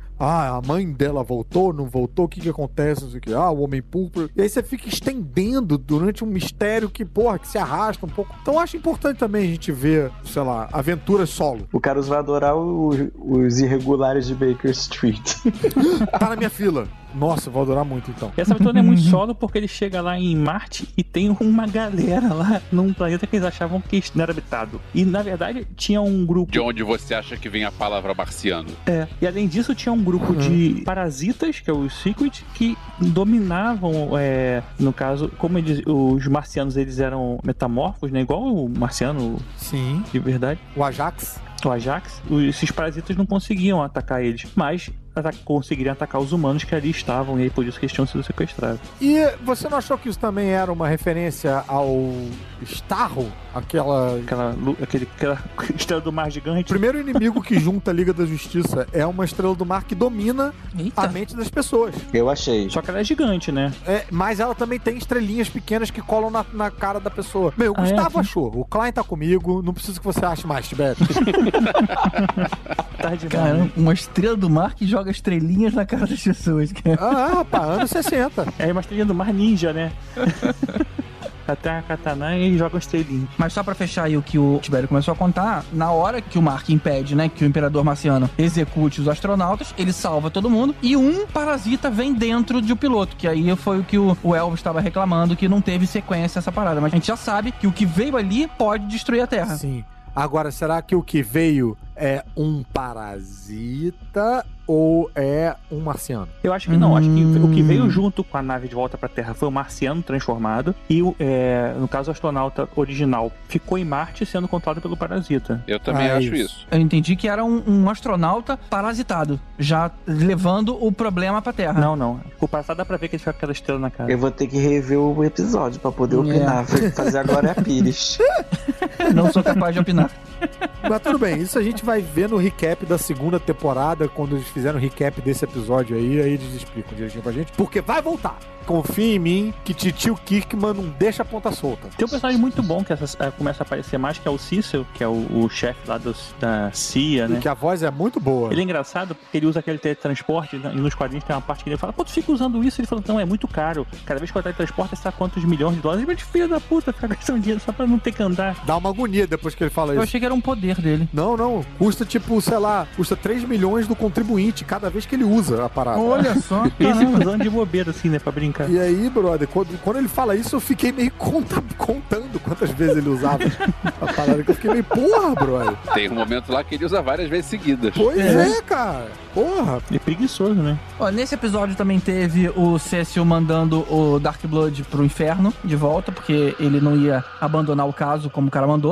a mãe dela voltou, não voltou, o que acontece, não sei o que, o Homem Púrpura. E aí você fica estendendo durante um mistério que se arrasta um pouco. Então eu acho importante também a gente ver, sei lá, aventuras solo. O Carlos vai adorar os irregulares de Baker Street. Tá na minha fila. Nossa, eu vou adorar muito, então. Essa aventura é muito solo porque ele chega lá em Marte e tem uma galera lá num planeta que eles achavam que não era habitado. E, na verdade, tinha um grupo... De onde você acha que vem a palavra marciano. E, além disso, tinha um grupo de parasitas, que é o Secret, que dominavam, no caso, como os marcianos, eles eram metamorfos, né? Igual o marciano. Sim. De verdade. O Ajax. Esses parasitas não conseguiam atacar eles, mas conseguiriam atacar os humanos que ali estavam, e aí por isso que eles tinham sido sequestrados. E você não achou que isso também era uma referência ao Starro? Aquela estrela do mar gigante? O primeiro inimigo que junta a Liga da Justiça é uma estrela do mar que domina a mente das pessoas. Eu achei. Só que ela é gigante, né? Mas ela também tem estrelinhas pequenas que colam na cara da pessoa. O Gustavo achou. O Klein tá comigo. Não preciso que você ache mais, Tibete. Cara, uma estrela do mar que joga estrelinhas na cara das pessoas. Rapaz, anos 60. É uma estrelinha do mar ninja, né? Até a katana e joga um estrelinho. Mas só pra fechar aí o que o Tibério começou a contar, na hora que o Mark impede, né, que o Imperador Marciano execute os astronautas, ele salva todo mundo e um parasita vem dentro de um piloto, que aí foi o que o Elvis estava reclamando, que não teve sequência essa parada. Mas a gente já sabe que o que veio ali pode destruir a Terra. Sim. Agora, será que o que veio é um parasita ou é um marciano? Eu acho que não. Acho que o que veio junto com a nave de volta pra Terra foi o marciano transformado e, no caso, o astronauta original ficou em Marte sendo controlado pelo parasita. Eu também acho isso. Eu entendi que era um astronauta parasitado, já levando o problema pra Terra. Não. O parasitado dá pra ver que ele fica com aquela estrela na cara. Eu vou ter que rever o episódio pra poder opinar. Vou fazer agora a Pires. Não sou capaz de opinar. Mas tudo bem, isso a gente vai ver no recap da segunda temporada, quando eles fizeram o recap desse episódio aí eles explicam direitinho pra gente, porque vai voltar. Confia em mim que Titio Kirkman não deixa a ponta solta. Tem um personagem muito bom que começa a aparecer mais, que é o Cecil, que é o chefe lá da CIA, né? E que a voz é muito boa. Ele é engraçado porque ele usa aquele teletransporte, e nos quadrinhos tem uma parte que ele fala, pô, tu fica usando isso? Ele fala, não, é muito caro. Cada vez que eu teletransporte, você sabe quantos milhões de dólares? Mas filho da puta, fica gastando dinheiro só pra não ter que andar. Dá uma agonia depois que ele fala isso. Eu achei que era um poder dele. Não. Custa tipo, sei lá, custa 3 milhões do contribuinte cada vez que ele usa a parada. Olha só. Esse usando de bobeira assim, né, pra brincar. E aí, brother, quando ele fala isso, eu fiquei meio contando quantas vezes ele usava a parada, que eu fiquei meio, porra, brother. Tem um momento lá que ele usa várias vezes seguidas. Pois é, cara. Porra. É preguiçoso, né? Ó, nesse episódio também teve o Cecil mandando o Dark Blood pro inferno de volta, porque ele não ia abandonar o caso como o cara mandou, né?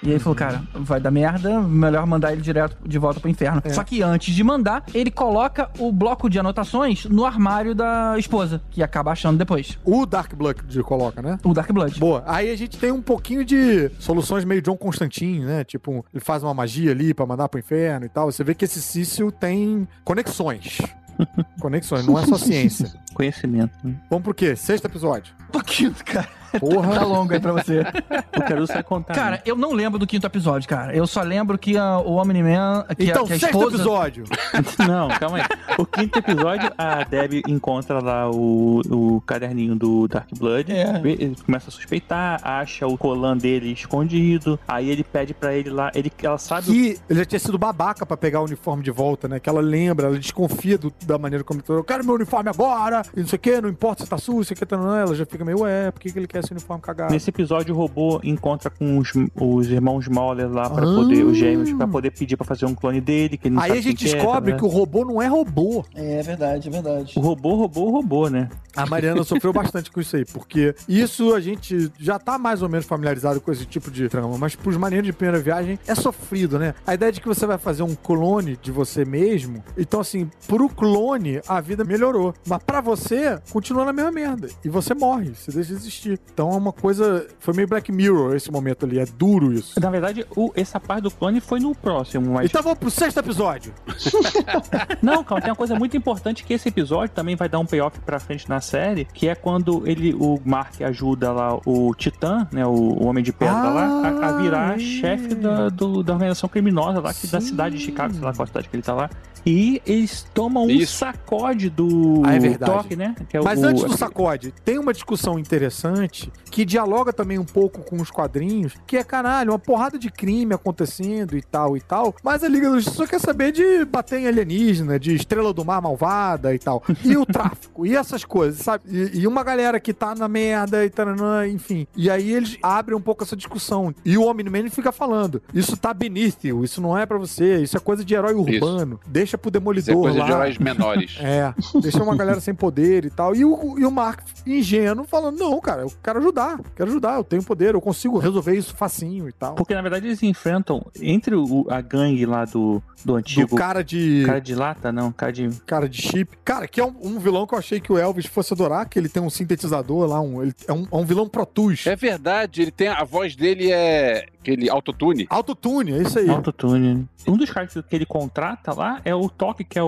E aí ele falou, cara, vai dar merda, melhor mandar ele direto de volta pro inferno. Só que antes de mandar, ele coloca o bloco de anotações no armário da esposa, que acaba achando depois. O Dark Blood coloca, né? O Dark Blood. Boa. Aí a gente tem um pouquinho de soluções meio John Constantine, né? Tipo, ele faz uma magia ali pra mandar pro inferno e tal. Você vê que esse Cício tem conexões. Conexões, não é só ciência. Conhecimento. Né? Vamos pro quê? 6º episódio. Um pouquinho, cara. Porra. Tá longo aí pra você. O Caruso vai contar. Cara, né? eu não lembro do 5º episódio, cara. Eu só lembro que o Omni-Man... Então, que a 6º esposa... episódio. Não, calma aí. O 5º episódio, a Debbie encontra lá o caderninho do Dark Blood. Ele começa a suspeitar, acha o colan dele escondido. Aí ele pede pra ele lá... Ela sabe... Que ele já tinha sido babaca pra pegar o uniforme de volta, né? Que ela lembra, ela desconfia da maneira como ele falou, eu quero meu uniforme agora, e não sei o que, não importa se tá sujo, se tá não. Ela já fica meio, por que ele quer esse uniforme cagado? Nesse episódio, o robô encontra com os irmãos Mauler lá pra poder, os gêmeos, pra poder pedir pra fazer um clone dele, que ele não aí sabe a gente quem descobre né? que o robô não é robô. É verdade, é verdade. O robô, né? A Mariana sofreu bastante com isso aí, porque isso a gente já tá mais ou menos familiarizado com esse tipo de trama, mas pros marinheiros de primeira viagem é sofrido, né? A ideia de que você vai fazer um clone de você mesmo, então assim, pro clone a vida melhorou, mas pra você continua na mesma merda, e você morre, você deixa de existir. Então é uma coisa, foi meio Black Mirror esse momento ali, é duro isso. Na verdade, essa parte do clone foi no próximo, mas... Então vamos pro 6º episódio. Não, calma, tem uma coisa muito importante que esse episódio também vai dar um payoff pra frente na série, que é quando o Mark ajuda lá o Titã, né, o Homem de Pedra lá, a virar chefe da organização criminosa lá, da cidade de Chicago, sei lá qual cidade que ele tá lá. E eles tomam um sacode do toque, né? Que é mas antes do sacode, tem uma discussão interessante que dialoga também um pouco com os quadrinhos, que é, caralho, uma porrada de crime acontecendo e tal, mas a Liga da Justiça só quer saber de bater em alienígena, de Estrela do Mar malvada e tal. E o tráfico, e essas coisas, sabe? E uma galera que tá na merda e taranã, enfim. E aí eles abrem um pouco essa discussão. E o Omni-Man fica falando, isso tá beneath you, isso não é pra você, isso é coisa de herói urbano. Deixa pro Demolidor coisa lá. de heróis menores. Deixa uma galera sem poder e tal. E o Mark, ingênuo, falando, não, cara, eu quero ajudar, eu tenho poder, eu consigo resolver isso facinho e tal. Porque, na verdade, eles enfrentam entre a gangue lá do antigo... Do cara de lata, não, cara de chip. Cara, que é um vilão que eu achei que o Elvis fosse adorar, que ele tem um sintetizador lá, ele é um vilão Pro Tools. É verdade, ele tem, a voz dele é aquele autotune. Autotune, é isso aí. Autotune. Um dos caras que ele contrata lá é o Toque, que é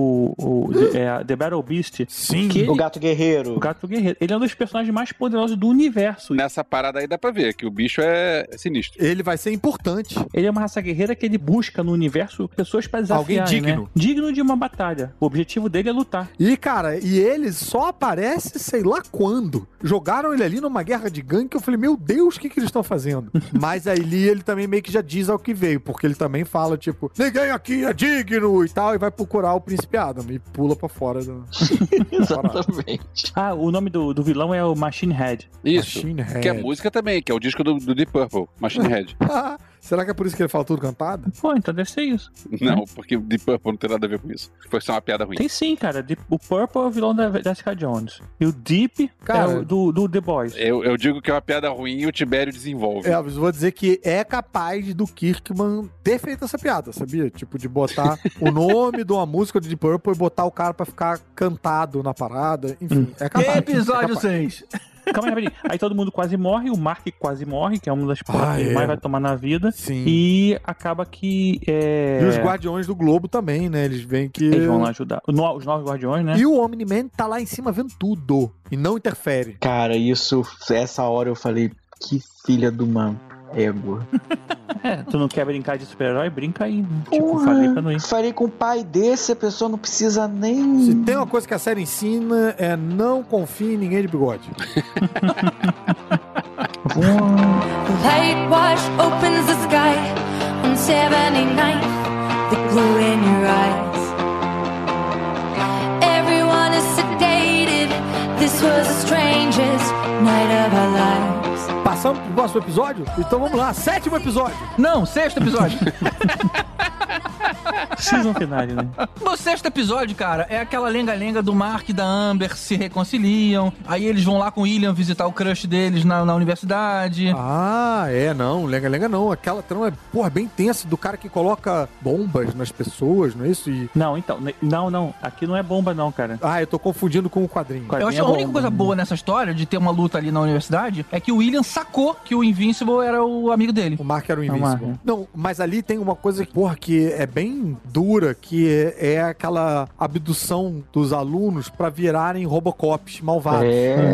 a The Battle Beast. Sim. O Gato Guerreiro. O Gato Guerreiro. Ele é um dos personagens mais poderosos do universo. Nessa parada aí dá pra ver que o bicho é sinistro. Ele vai ser importante. Ele é uma raça guerreira que ele busca no universo pessoas pra desafiar, alguém digno. Né? Digno de uma batalha. O objetivo dele é lutar. E, cara, ele só aparece sei lá quando. Jogaram ele ali numa guerra de gangue que eu falei, meu Deus, o que eles estão fazendo? Mas aí ele também meio que já diz ao que veio, porque ele também fala, tipo, ninguém aqui é digno e tal, e vai procurar o Príncipe Adam e pula pra fora do... Exatamente. O nome do vilão é o Machine Head. Isso, Machine Head. que é a música também, que é o disco do Deep Purple, Machine Head. Será que é por isso que ele fala tudo cantado? Pô, então deve ser isso. Não, porque o Deep Purple não tem nada a ver com isso. Foi só uma piada ruim. Tem sim, cara. O Purple é o vilão da Jessica Jones. E o Deep cara, é o do The Boys. Eu digo que é uma piada ruim e o Tibério desenvolve. Elvis, vou dizer que é capaz do Kirkman ter feito essa piada, sabia? Tipo, de botar o nome de uma música do Deep Purple e botar o cara pra ficar cantado na parada. Enfim, é capaz. Episódio 6. Calma aí. Aí todo mundo quase morre, o Mark quase morre, que é uma das porras que ele mais vai tomar na vida. Sim. E acaba que... E os Guardiões do Globo também, né? Eles veem que... Eles vão lá ajudar. Os novos Guardiões, né? E o Omni-Man tá lá em cima vendo tudo. E não interfere. Cara, essa hora eu falei, que filha de uma égua. Tu não quer brincar de super-herói? Brinca aí. Porra, falei pra não ir. Falei com o pai desse, a pessoa não precisa nem... Se tem uma coisa que a série ensina, é não confie em ninguém de bigode. Light wash opens the sky on 79th, the glow in your eyes. Everyone is sedated, this was the strangest night of our lives. Passamos pro próximo episódio? Então vamos lá, 7º episódio. Não, 6º episódio. Season finale, né? No 6º episódio, cara, é aquela lenga-lenga do Mark e da Amber se reconciliam, aí eles vão lá com o William visitar o crush deles na universidade. Não, lenga-lenga não. Aquela trama é, porra, bem tensa do cara que coloca bombas nas pessoas, não é isso? Não, então, não. Aqui não é bomba não, cara. Eu tô confundindo com o quadrinho. Eu acho que a única coisa boa nessa história, de ter uma luta ali na universidade, é que o William sacou que o Invincible era o amigo dele. O Mark era o Invincible. Não, mas ali tem uma coisa, porra, que é bem dura, que é aquela abdução dos alunos pra virarem Robocops malvados.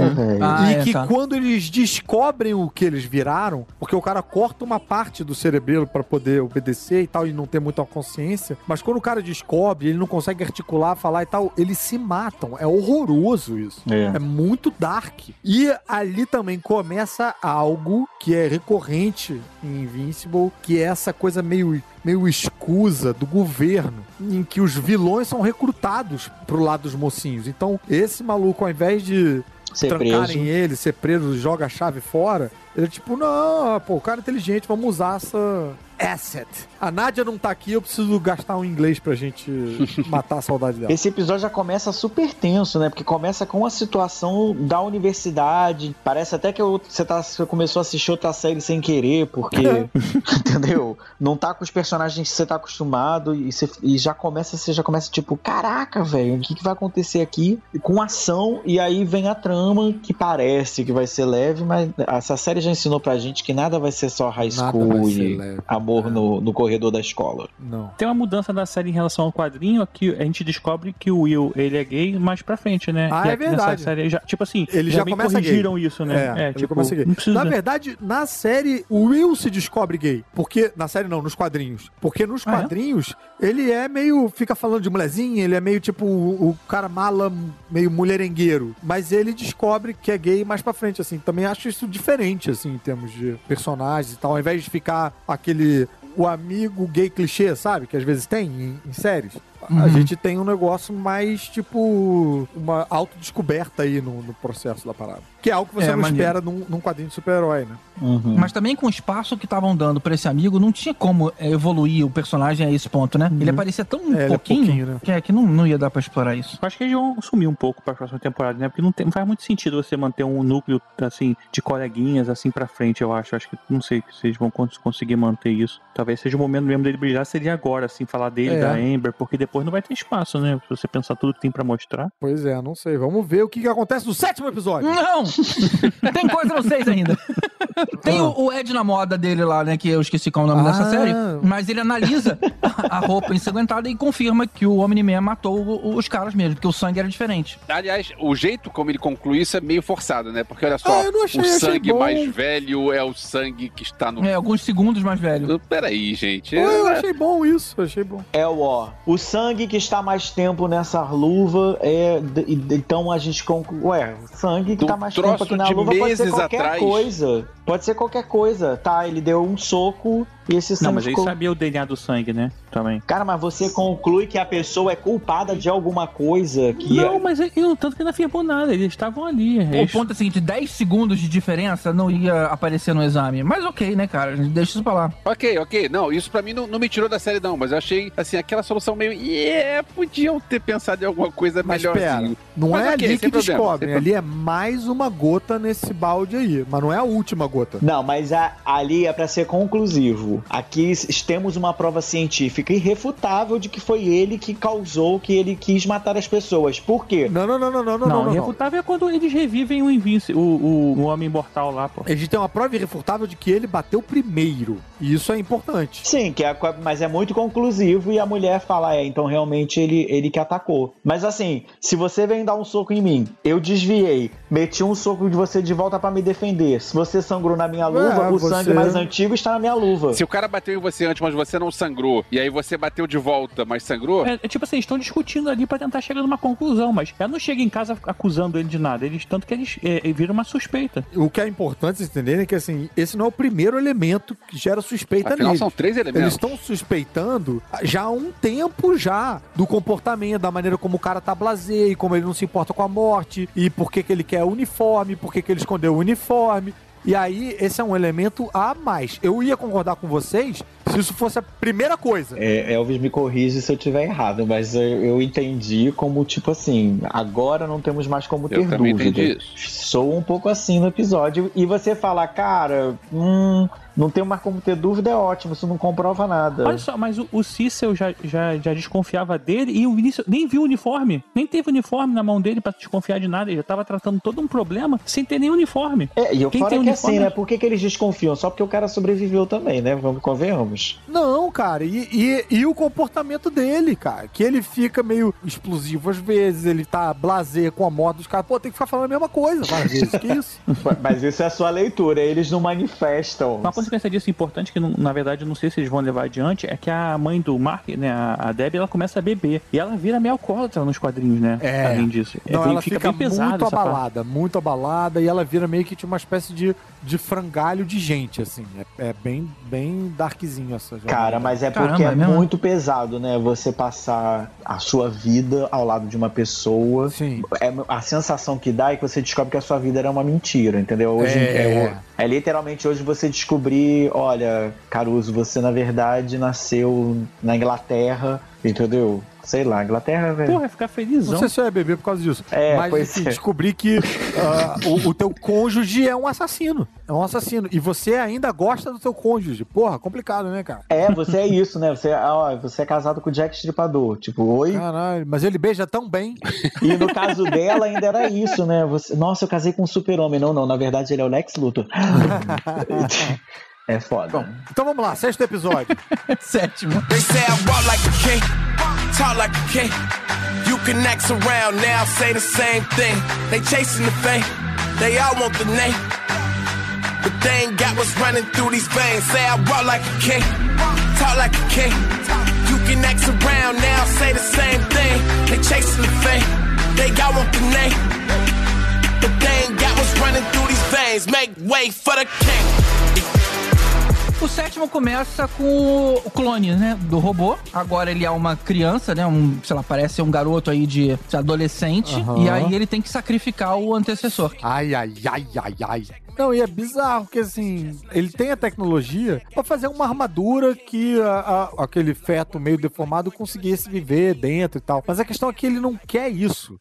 Quando eles descobrem o que eles viraram, porque o cara corta uma parte do cerebelo pra poder obedecer e tal, e não ter muita consciência, mas quando o cara descobre, ele não consegue articular, falar e tal, eles se matam. É horroroso isso. É muito dark. E ali também começa algo que é recorrente em Invincible, que é essa coisa meio escusa do governo, em que os vilões são recrutados pro lado dos mocinhos. Então, esse maluco, ao invés de trancarem ele, ser preso, joga a chave fora, ele é tipo, não, pô, o cara é inteligente, vamos usar essa asset. A Nádia não tá aqui, eu preciso gastar um inglês pra gente matar a saudade dela. Esse episódio já começa super tenso, né? Porque começa com a situação da universidade. Parece até que você começou a assistir outra série sem querer, porque, entendeu? Não tá com os personagens que você tá acostumado e você já começa tipo, caraca, velho, o que vai acontecer aqui? Com ação, e aí vem a trama que parece que vai ser leve, mas essa série já ensinou pra gente que nada vai ser só high school e amor no corredor da escola. Não. Tem uma mudança da série em relação ao quadrinho, que a gente descobre que o Will, ele é gay mais pra frente, né? E é verdade. Nessa série, tipo assim, eles já corrigiram gay. Isso, né? Tipo, começa gay. Na verdade, na série, o Will se descobre gay. Porque, na série não, nos quadrinhos. Porque nos quadrinhos, ele é meio, fica falando de mulherzinha, ele é meio tipo o cara mala, meio mulherengueiro. Mas ele descobre que é gay mais pra frente, assim. Também acho isso diferente, assim, em termos de personagens e tal. Ao invés de ficar o amigo gay clichê, sabe? Que às vezes tem em séries. A gente tem um negócio mais, tipo, uma autodescoberta aí no processo da parada. Que é algo que você não espera num quadrinho de super-herói, né? Mas também com o espaço que estavam dando pra esse amigo, não tinha como evoluir o personagem a esse ponto, né? Ele aparecia tão pouquinho, né? Que não ia dar pra explorar isso. Acho que eles vão sumir um pouco pra próxima temporada, né? Porque não faz muito sentido você manter um núcleo, assim, de coleguinhas, assim, pra frente, eu acho. Acho que, não sei se eles vão conseguir manter isso. Talvez seja o momento mesmo dele brilhar, seria agora, assim, falar dele, da Amber, porque depois não vai ter espaço, né? Se você pensar tudo que tem pra mostrar. Pois é, não sei. Vamos ver o que acontece no 7º episódio. Não! Tem coisa no 6 ainda. Tem o Ed na moda dele lá, né? Que eu esqueci qual é o nome dessa série. Mas ele analisa a roupa ensanguentada e confirma que o Omni-Man matou os caras mesmo, porque o sangue era diferente. Aliás, o jeito como ele conclui isso é meio forçado, né? Porque olha só, o sangue mais velho é o sangue que está no... alguns segundos mais velho. Peraí, gente. Eu achei bom isso, achei bom. O sangue que está mais tempo nessa luva então a gente conclui... o sangue que está mais tempo aqui na luva pode ser qualquer coisa. Pode ser qualquer coisa, tá? Ele deu um soco e esse sangue... Não, mas ele sabia o DNA do sangue, né? Também. Cara, mas você conclui que a pessoa é culpada de alguma coisa que... Não, mas tanto que não afirmou nada, eles estavam ali. O ponto é o seguinte, 10 segundos de diferença não ia aparecer no exame. Mas ok, né, cara? Deixa isso pra lá. Ok. Não, isso pra mim não me tirou da série, não. Mas eu achei, assim, aquela solução meio... podiam ter pensado em alguma coisa melhor. Mas pera, não é ali que descobrem. Ali é mais uma gota nesse balde aí. Mas não é a última gota. Não, mas ali é pra ser conclusivo. Aqui temos uma prova científica irrefutável de que foi ele que causou, que ele quis matar as pessoas. Por quê? Não, irrefutável é quando eles revivem o Homem Imortal lá, pô. A gente tem uma prova irrefutável de que ele bateu primeiro. E isso é importante. Sim, mas é muito conclusivo e a mulher fala, então realmente ele que atacou. Mas assim, se você vem dar um soco em mim, eu desviei, meti um soco de você de volta pra me defender. Se você sangrou na minha luva, o sangue mais antigo está na minha luva. Se o cara bateu em você antes, mas você não sangrou, e aí você bateu de volta, mas sangrou... Tipo assim, eles estão discutindo ali pra tentar chegar numa conclusão, mas ela não chega em casa acusando ele de nada. Tanto que eles viram uma suspeita. O que é importante vocês entenderem é que, assim, esse não é o primeiro elemento que gera suspeita Afinal, neles. são 3 elementos. Eles estão suspeitando já há um tempo do comportamento, da maneira como o cara tá blasé, e como ele não se importa com a morte, e por que ele quer o uniforme, por que ele escondeu o uniforme. E aí, esse é um elemento a mais. Eu ia concordar com vocês se isso fosse a primeira coisa. Elvis me corrige se eu estiver errado, mas eu entendi como, tipo assim, agora não temos mais como ter dúvida. Entendi isso. Sou um pouco assim no episódio. E você falar, cara, não tem mais como ter dúvida, é ótimo, isso não comprova nada. Olha só, mas o Cecil já desconfiava dele e o Vinícius nem viu o uniforme, nem teve uniforme na mão dele pra desconfiar de nada, ele já tava tratando todo um problema sem ter nem uniforme. E o fora que assim, né, por que eles desconfiam? Só porque o cara sobreviveu também, né, convenhamos. Não, cara, e o comportamento dele, cara, que ele fica meio explosivo às vezes, ele tá blasé com a morte dos caras, tem que ficar falando a mesma coisa várias vezes, que isso? Mas isso é a sua leitura, eles não manifestam. Uma consequência disso importante, que na verdade eu não sei se eles vão levar adiante, é que a mãe do Mark, né, a Debbie, ela começa a beber, e ela vira meio alcoólatra nos quadrinhos, né, além disso. Não, ela fica bem pesada, muito abalada, e ela vira meio que tipo uma espécie de frangalho de gente, assim, é bem darkzinho essa jogada. Cara, mas é porque é muito pesado, né, você passar a sua vida ao lado de uma pessoa. Sim. A sensação que dá é que você descobre que a sua vida era uma mentira, entendeu? Hoje é literalmente hoje você descobrir, olha, Caruso, você na verdade nasceu na Inglaterra, entendeu? Sei lá, Inglaterra, velho. Porra, ficar felizão. Não sei se eu ia beber por causa disso. Mas assim, descobri que o teu cônjuge é um assassino. É um assassino. E você ainda gosta do teu cônjuge. Porra, complicado, né, cara? Você é isso, né? Você é casado com o Jack Stripador. Tipo, oi? Caralho, mas ele beija tão bem. E no caso dela ainda era isso, né? Nossa, eu casei com um super-homem. Não, na verdade ele é o Lex Luthor. É foda. Bom, então vamos lá, 6º episódio. 7º. They say I walk like a king, talk like a king. You can act around now, say the same thing. They chasing the fame, they all want the name. But they ain't got what's running through these veins. Say I walk like a king, talk like a king. You can act around now, say the same thing. They chasing the fame, they all want the name. But they ain't got what's running through these veins. Make way for the king. O 7º começa com o clone, né, do robô. Agora ele é uma criança, né, sei lá, parece um garoto aí de adolescente. E aí ele tem que sacrificar o antecessor. Ai. Não, e é bizarro, porque assim, ele tem a tecnologia pra fazer uma armadura que aquele feto meio deformado conseguisse viver dentro e tal. Mas a questão é que ele não quer isso.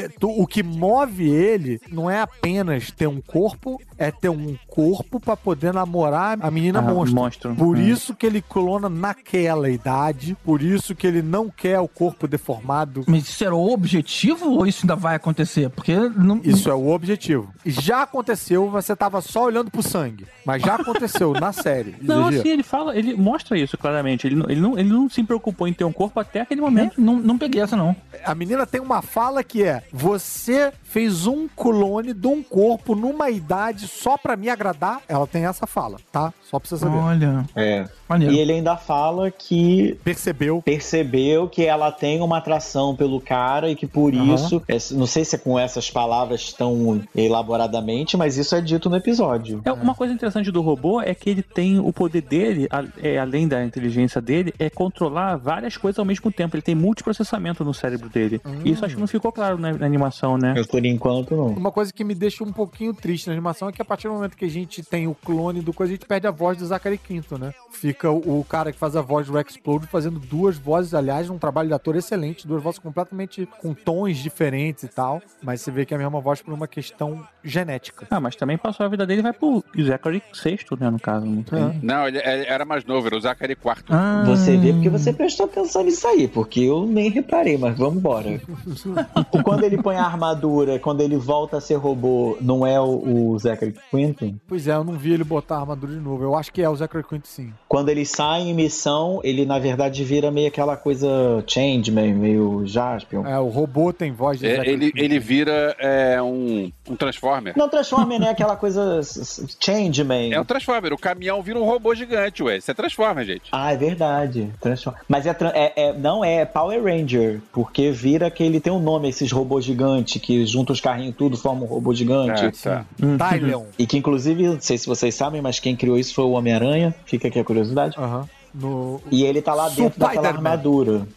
O que move ele não é apenas ter um corpo, é ter um corpo pra poder namorar a menina monstro. Por isso que ele clona naquela idade, por isso que ele não quer o corpo deformado. Mas isso era o objetivo ou isso ainda vai acontecer? Porque não... Isso é o objetivo. Já aconteceu, você tava só olhando pro sangue, mas já aconteceu na série. Não, assim, ele mostra isso claramente. Ele não se preocupou em ter um corpo até aquele momento. Não peguei essa, não. A menina tem uma fala que é: você fez um clone de um corpo numa idade só pra me agradar? Ela tem essa fala, tá? Só pra você saber. Olha. Maneiro. E ele ainda fala que percebeu que ela tem uma atração pelo cara e que por isso, não sei se é com essas palavras tão elaboradamente, mas isso é dito no episódio. Uma coisa interessante do robô é que ele tem o poder dele, além da inteligência dele, é controlar várias coisas ao mesmo tempo. Ele tem multiprocessamento no cérebro dele. Isso acho que não ficou claro na animação, né? Por enquanto, não. Uma coisa que me deixa um pouquinho triste na animação é que a partir do momento que a gente tem o clone do coisa, a gente perde a voz do Zachary Quinto, né? Fica o cara que faz a voz do Explode fazendo duas vozes, aliás, um trabalho de ator excelente, duas vozes completamente com tons diferentes e tal, mas você vê que é a mesma voz por uma questão genética. Mas também passou a vida dele e vai pro Zachary VI, né, no caso. Não, ele era mais novo, era o Zachary IV. Você vê porque você prestou atenção nisso aí, porque eu nem reparei, mas vamos embora. Quando ele põe a armadura, quando ele volta a ser robô, não é o Zachary Quinto? Pois é, eu não vi ele botar a armadura de novo. Eu acho que é o Zachary Quinto, sim. Quando ele sai em missão, ele na verdade vira meio aquela coisa Changeman, meio Jaspion. O robô tem voz de ele vira um Transformer. Não, Transformer, né? Aquela coisa Changeman. É um Transformer. O caminhão vira um robô gigante, ué. Isso é Transformer, gente. É verdade. Mas não é Power Ranger, porque vira que ele tem um nome, esses robôs gigantes, que juntam os carrinhos tudo, formam um robô gigante. Tylion. E que inclusive, não sei se vocês sabem, mas quem criou isso foi o Homem-Aranha. Fica aqui a curiosidade. No... E ele tá lá dentro daquela armadura.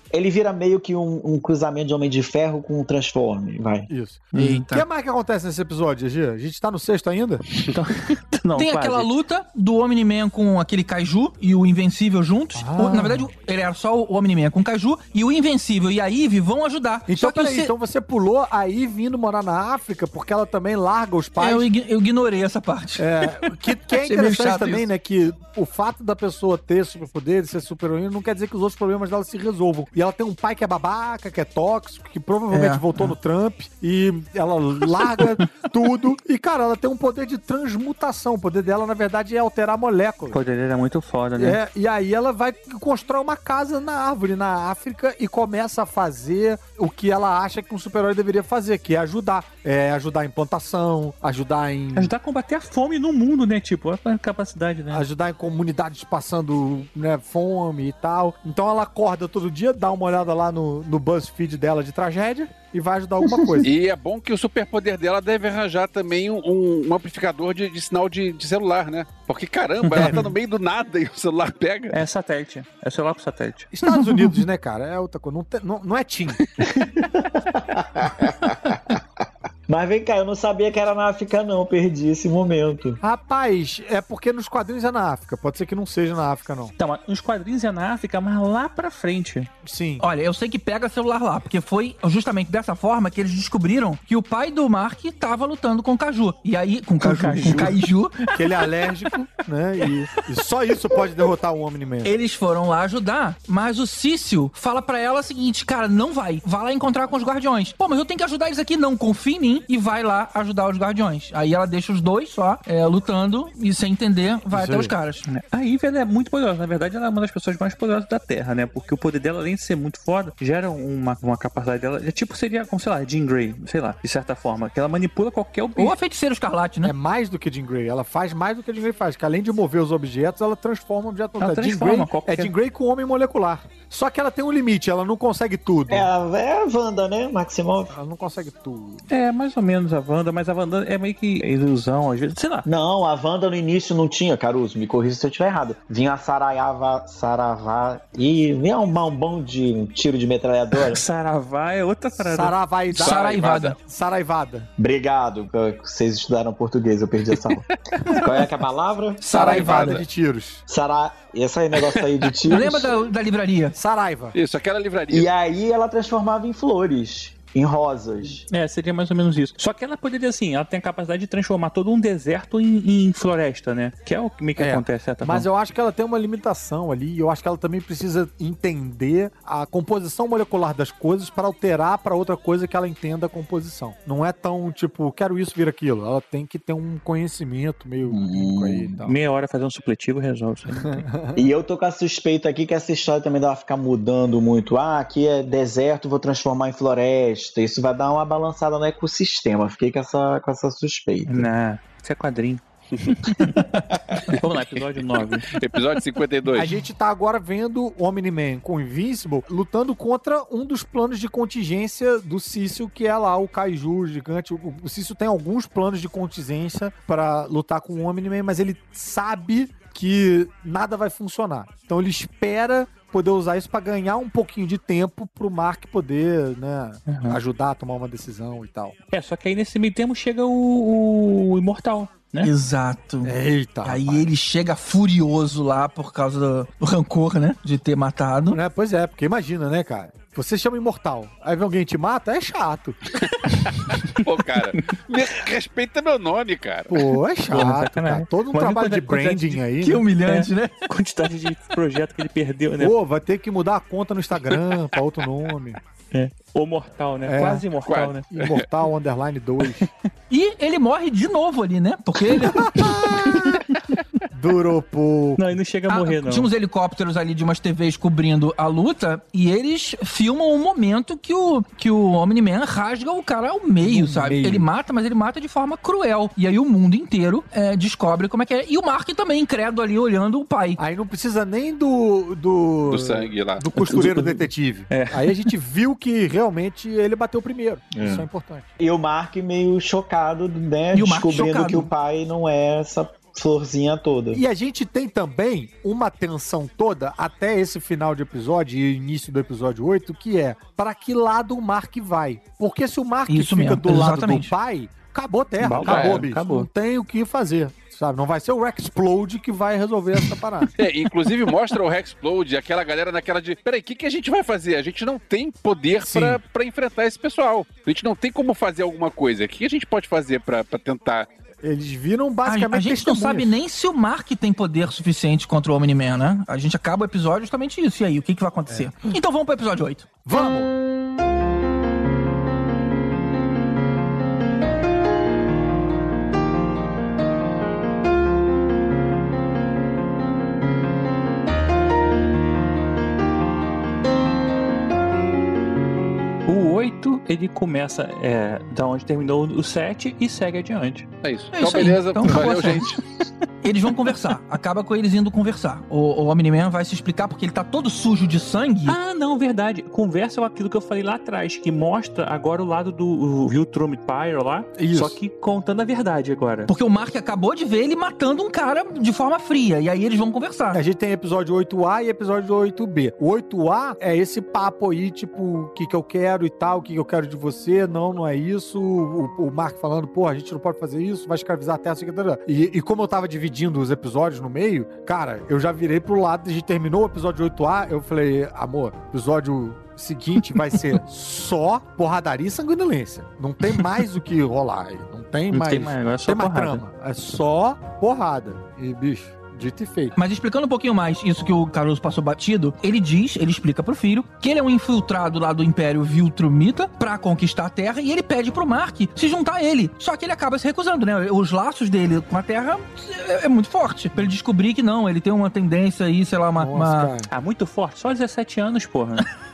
Ele vira meio que um cruzamento de Homem de Ferro com um Transforme, vai. Isso. Eita. O que mais que acontece nesse episódio, Gigi? A gente tá no 6º ainda? Não, Tem quase. aquela luta do Omni-Man com aquele Kaiju e o Invencível juntos. Na verdade, ele era só o Omni-Man com o Kaiju e o Invencível e a Eve vão ajudar. Então, Só que peraí, então você pulou a Eve vindo morar na África porque ela também larga os pais. eu ignorei essa parte. Que é Achei meio interessante chato também, isso. né? Que o fato da pessoa ter superpoderes, ser super-heroína, não quer dizer que os outros problemas dela se resolvam. E ela tem um pai que é babaca, que é tóxico, que provavelmente votou no Trump, e ela larga tudo. E, cara, ela tem um poder de transmutação. O poder dela, na verdade, é alterar moléculas. O poder dele é muito foda, né? E aí ela vai constrói uma casa na árvore, na África, e começa a fazer o que ela acha que um super-herói deveria fazer, que é ajudar. Ajudar em plantação, ajudar a combater a fome no mundo, né? Tipo, olha a capacidade, né? Ajudar em comunidades passando, né, fome e tal. Então ela acorda todo dia, dá uma olhada lá no BuzzFeed dela de tragédia e vai ajudar alguma coisa. E é bom que o superpoder dela deve arranjar também um amplificador de sinal de celular, né? Porque, caramba, ela tá no meio do nada e o celular pega. É satélite. É celular pro satélite. Estados Unidos, né, cara? É outra coisa. Não é TIM. Mas vem cá, eu não sabia que era na África não, perdi esse momento. Rapaz, é porque nos quadrinhos é na África, pode ser que não seja na África não. Então, nos quadrinhos é na África, mas lá pra frente. Sim. Olha, eu sei que pega celular lá, porque foi justamente dessa forma que eles descobriram que o pai do Mark tava lutando com o Kaiju. E aí, com o Kaiju. Que ele é alérgico, né? E só isso pode derrotar o Omni-Man. Eles foram lá ajudar, mas o Cício fala pra ela o seguinte, cara, não vai lá encontrar com os Guardiões. Pô, mas eu tenho que ajudar eles aqui, não, confia em mim. E vai lá ajudar os Guardiões. Aí ela deixa os dois só lutando e sem entender vai Isso até aí. os caras. A Eve, ela é muito poderosa. Na verdade, ela é uma das pessoas mais poderosas da Terra, né? Porque o poder dela, além de ser muito foda, gera uma capacidade dela. Tipo, seria como, sei lá, Jean Grey, sei lá, de certa forma. Que ela manipula qualquer objeto. Ou a Feiticeira Escarlate, né? É mais do que Jean Grey. Ela faz mais do que a Jean Grey faz. Que além de mover os objetos, ela transforma o objeto. Ela transforma qualquer... É Jean Grey com homem molecular. Só que ela tem um limite. Ela não consegue tudo. É a Wanda, né? Maximoff. Ela não consegue tudo. É, mais ou menos a Wanda, mas a Wanda é meio que ilusão, às vezes, sei lá. Não, a Wanda no início não tinha, Caruso, me corrija se eu estiver errado. Vinha a Saravá e vinha um bom de um tiro de metralhadora. Saravá é outra parada. Saraivada. Obrigado, vocês estudaram português, eu perdi essa aula. Qual é que é a palavra? Saraivada de tiros. Esse aí, negócio aí de tiros. Lembra da livraria? Saraiva. Isso, aquela livraria. E aí ela transformava em flores. Em rosas. É, seria mais ou menos isso. Só que ela poderia, assim, ela tem a capacidade de transformar todo um deserto em floresta, né? Que é o que meio que acontece, certo? Mas eu acho que ela tem uma limitação ali, e eu acho que ela também precisa entender a composição molecular das coisas para alterar para outra coisa que ela entenda a composição. Não é tão, tipo, quero isso, vira aquilo. Ela tem que ter um conhecimento meio químico aí e tal. Meia hora fazer um supletivo resolve isso aí. E eu tô com a suspeita aqui que essa história também dela ficar mudando muito. Aqui é deserto, vou transformar em floresta. Isso vai dar uma balançada no ecossistema. Fiquei com essa suspeita. Não, isso é quadrinho. Vamos lá, episódio 9. Episódio 52. A gente tá agora vendo o Omni-Man com o Invincible lutando contra um dos planos de contingência do Cício, que é lá o Kaiju gigante. O Cício tem alguns planos de contingência para lutar com o Omni-Man, mas ele sabe que nada vai funcionar. Então ele espera poder usar isso pra ganhar um pouquinho de tempo pro Mark poder, né, ajudar a tomar uma decisão e tal. É, só que aí nesse meio tempo chega o Imortal, né? Exato. Eita, aí rapaz. ele chega furioso lá por causa do rancor, né? De ter matado. Né? Pois é, porque imagina, né, cara? Você chama Imortal, aí vem alguém e te mata, é chato. Pô, cara, respeita meu nome, cara. Pô, é chato, cara. Todo um Mas trabalho de quantidade branding aí, Que né? humilhante, né? Quantidade de projeto que ele perdeu, né? Pô, vai ter que mudar a conta no Instagram pra outro nome. É. O Mortal, né? É. Quase Imortal, Quase. né? Imortal _ 2. E ele morre de novo ali, né? Porque ele... Durou pouco. Não, ele não chega a morrer, não. Tinha uns helicópteros ali de umas TVs cobrindo a luta e eles filmam o momento que o Omni-Man rasga o cara ao meio, sabe? meio. Ele mata, mas ele mata de forma cruel. E aí o mundo inteiro descobre como é que é. E o Mark também, incrédulo ali, olhando o pai. Aí não precisa nem do sangue lá. do costureiro detetive. Aí a gente viu que realmente ele bateu primeiro. Isso é importante. E o Mark meio chocado, né? E o Mark descobrindo chocado. que o pai não é florzinha toda. E a gente tem também uma tensão toda até esse final de episódio e início do episódio 8, que é para que lado o Mark vai. Porque se o Mark Isso fica mesmo, do lado exatamente. do pai, acabou a Terra, Acabou, acabou, bicho. acabou. Não tem o que fazer. Sabe, não vai ser o Rexplode que vai resolver essa parada. Inclusive mostra o Rexplode, aquela galera naquela de, peraí, o que a gente vai fazer? A gente não tem poder pra enfrentar esse pessoal. A gente não tem como fazer alguma coisa. O que a gente pode fazer pra tentar... Eles viram basicamente A gente não sabe nem se o Mark tem poder suficiente contra o Omni-Man, né? A gente acaba o episódio justamente isso. E aí, o que vai acontecer? Então vamos pro episódio 8. Vamos! O 8, ele começa da onde terminou o 7 e segue adiante. É isso. É Então, isso aí. beleza. Então, Valeu, acabou a gente. Eles vão conversar. Acaba com eles indo conversar. O Omni-Man vai se explicar porque ele tá todo sujo de sangue. Ah, não, verdade. Conversa é aquilo que eu falei lá atrás, que mostra agora o lado do Viltrum Pyre lá, Isso. só que contando a verdade agora. Porque o Mark acabou de ver ele matando um cara de forma fria. E aí eles vão conversar. A gente tem episódio 8A e episódio 8B. O 8A é esse papo aí, tipo, o que eu quero e tal, o que eu quero de você, não é isso. O Mark falando, pô, a gente não pode fazer isso, vai escravizar a Terra, assim, e como eu tava dividindo os episódios no meio, cara, eu já virei pro lado, a gente terminou o episódio 8A, eu falei, amor, episódio seguinte vai ser só porradaria e sanguinolência. Não tem mais o que rolar aí. Não tem mais. Agora é só tem mais porrada. trama. É só porrada. E, bicho, dito e feito. Mas explicando um pouquinho mais isso que o Caruso passou batido, ele explica pro filho que ele é um infiltrado lá do Império Viltrumita pra conquistar a Terra e ele pede pro Mark se juntar a ele. Só que ele acaba se recusando, né? Os laços dele com a Terra é muito forte. Pra ele descobrir que não, ele tem uma tendência aí, sei lá, Ah, muito forte. Só 17 anos, porra.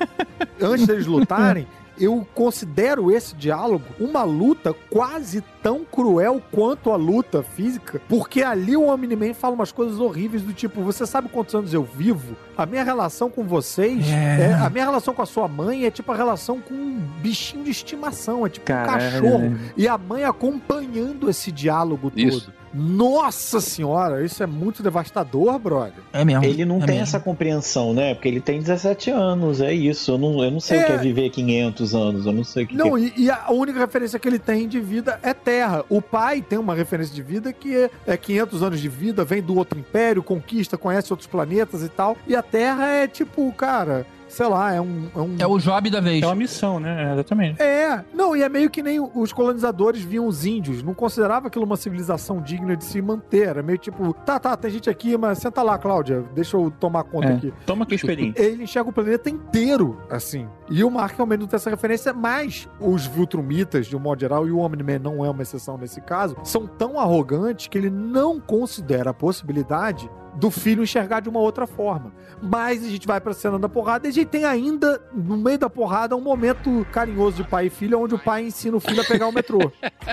Antes deles lutarem, eu considero esse diálogo uma luta quase tão cruel quanto a luta física, porque ali o Omni-Man fala umas coisas horríveis do tipo, você sabe quantos anos eu vivo? A minha relação com vocês, a minha relação com a sua mãe é tipo a relação com um bichinho de estimação, é tipo um cachorro. E a mãe acompanhando esse diálogo todo. Nossa senhora, isso é muito devastador, brother. É mesmo. Ele não tem essa compreensão, né? Porque ele tem 17 anos, é isso. Eu não sei o que é viver 500 anos, eu não sei o que Não, e a única referência que ele tem de vida é Terra. O pai tem uma referência de vida que é 500 anos de vida, vem do outro império, conquista, conhece outros planetas e tal. E a Terra é tipo, cara... Sei lá, é o job da vez. É uma missão, né? Exatamente. Não, e é meio que nem os colonizadores viam os índios. Não considerava aquilo uma civilização digna de se manter. Era meio tipo, tá, tem gente aqui, mas senta lá, Cláudia, deixa eu tomar conta aqui. Toma aqui o espelhinho. Ele enxerga o planeta inteiro, assim. E o Mark realmente não tem essa referência, mas os Viltrumitas, de um modo geral, e o Omni-Man não é uma exceção nesse caso, são tão arrogantes que ele não considera a possibilidade do filho enxergar de uma outra forma. Mas a gente vai pra cena da porrada e a gente tem ainda, no meio da porrada, um momento carinhoso de pai e filho, onde o pai ensina o filho a pegar o metrô.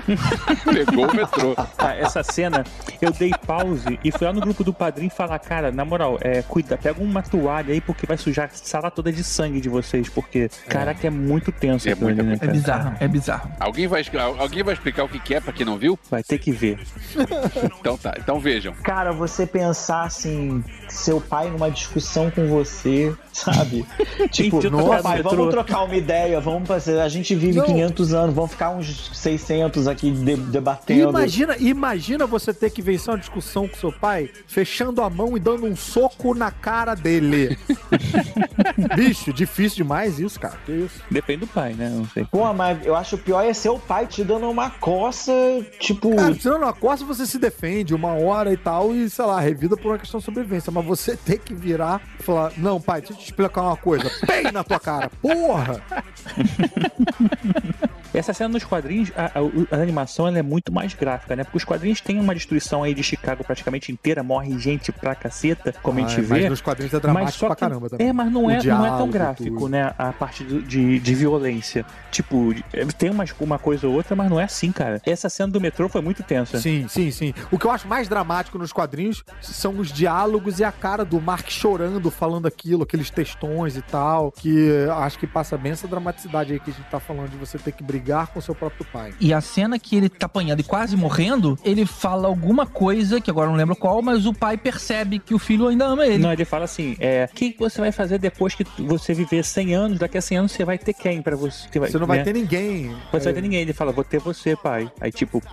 Pegou o metrô. Essa cena, eu dei pause e fui lá no grupo do padrinho falar, cara, na moral, cuida, pega uma toalha aí, porque vai sujar a sala toda de sangue de vocês, porque, caraca, é muito tenso. É muito, né, é bizarro, é bizarro. Alguém vai explicar o que é pra quem não viu? Vai ter que ver. Então tá, então vejam. Cara, você pensar assim, seu pai numa discussão com você, sabe? Tipo, nossa, pai, vamos trocar uma ideia, vamos fazer, a gente vive 500 anos, vamos ficar uns 600 aqui debatendo. Imagina você ter que vencer uma discussão com seu pai, fechando a mão e dando um soco na cara dele. Bicho, difícil demais isso, cara. Que isso? Depende do pai, né? Não sei. Pô, mas eu acho que o pior é ser o pai te dando uma coça, tipo... Cara, te dando uma coça, você se defende uma hora e tal, e, sei lá, revida por uma questão de sobrevivência. Mas você ter que virar e falar, não, pai, deixa eu te explicar uma coisa. Bem na tua cara, porra! Essa cena nos quadrinhos, a animação ela é muito mais gráfica, né? Porque os quadrinhos têm uma destruição aí de Chicago praticamente inteira, morre gente pra caceta, como a gente vê. Mas nos quadrinhos é dramático pra caramba também. Mas não é tão gráfico, né? A parte de violência. Tipo, tem uma coisa ou outra, mas não é assim, cara. Essa cena do metrô foi muito tensa. Sim. O que eu acho mais dramático nos quadrinhos são os diálogos e a cara do Mark chorando, falando aquilo, aqueles textões e tal, que acho que passa bem essa dramaticidade aí que a gente tá falando de você ter que brigar ligar com seu próprio pai. E a cena que ele tá apanhando e quase morrendo, ele fala alguma coisa, que agora eu não lembro qual, mas o pai percebe que o filho ainda ama ele. Não, ele fala assim, o que você vai fazer depois que você viver 100 anos? Daqui a 100 anos você vai ter quem pra você? Você não vai ter ninguém. Você vai ter ninguém. Ele fala, vou ter você, pai. Aí tipo...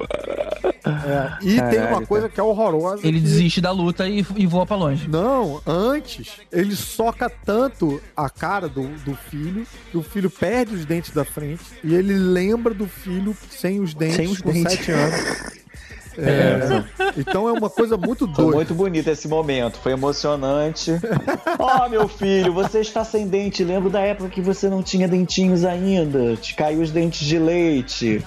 E caralho, tem uma coisa que é horrorosa. Ele desiste da luta e voa pra longe. Não, antes, ele soca tanto a cara do filho, que o filho perde os dentes da frente e ele lembra do filho sem os dentes com 7 anos. Então é uma coisa muito doida. Foi muito bonito esse momento, foi emocionante. Meu filho, você está sem dente. Lembro da época que você não tinha dentinhos ainda. Te caiu os dentes de leite.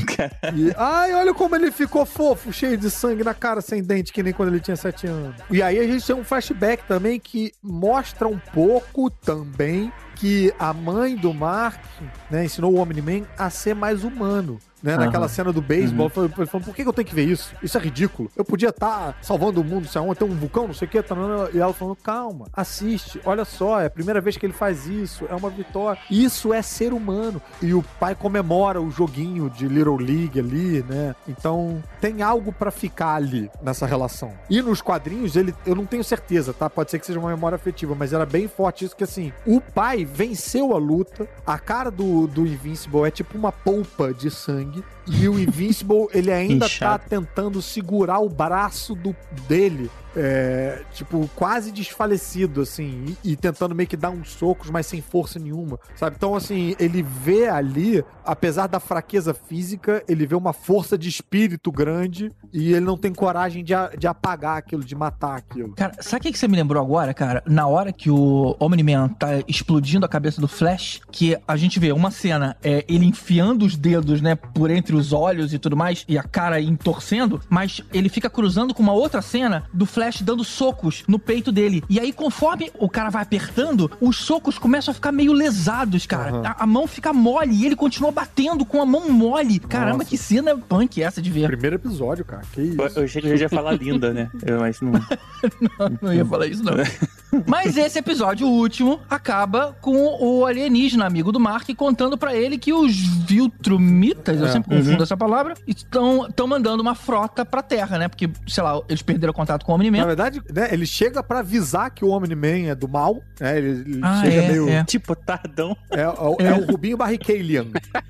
Olha como ele ficou fofo, cheio de sangue na cara, sem dente, que nem quando ele tinha 7 anos. E aí a gente tem um flashback também que mostra um pouco também que a mãe do Mark, né, ensinou o Omni-Man a ser mais humano. Né, naquela cena do beisebol, falando, por que eu tenho que ver isso? Isso é ridículo. Eu podia estar salvando o mundo, sei onde, tem um vulcão, não sei o que. E ela falando, calma, assiste, olha só, é a primeira vez que ele faz isso, é uma vitória. Isso é ser humano. E o pai comemora o joguinho de Little League ali, né? Então, tem algo pra ficar ali, nessa relação. E nos quadrinhos, eu não tenho certeza, tá? Pode ser que seja uma memória afetiva, mas era bem forte isso, que assim, o pai venceu a luta, a cara do Invincible é tipo uma polpa de sangue, e o Invincible, ele ainda tá tentando segurar o braço dele, tipo, quase desfalecido, assim, e tentando meio que dar uns socos, mas sem força nenhuma, sabe? Então, assim, ele vê ali, apesar da fraqueza física, ele vê uma força de espírito grande e ele não tem coragem de apagar aquilo, de matar aquilo. Cara, sabe o que você me lembrou agora, cara? Na hora que o Omni-Man tá explodindo a cabeça do Flash, que a gente vê uma cena, ele enfiando os dedos, né, por entre os olhos e tudo mais, e a cara entorcendo, mas ele fica cruzando com uma outra cena do Flash dando socos no peito dele. E aí, conforme o cara vai apertando, os socos começam a ficar meio lesados, cara. A mão fica mole e ele continua batendo com a mão mole. Caramba, nossa, que cena punk essa de ver. Primeiro episódio, cara. Que isso? Eu achei que eu ia falar linda, né? Mas não... não ia falar isso, não. Mas esse episódio, o último, acaba com o alienígena, amigo do Mark, contando pra ele que os Viltrumitas, eu sempre confundo essa palavra, estão mandando uma frota pra Terra, né? Porque, sei lá, eles perderam contato com o Omni-Man. Na verdade, né, ele chega pra avisar que o Omni-Man é do mal, né? Ele chega meio... Tipo, tardão. É o Rubinho Barrichellian.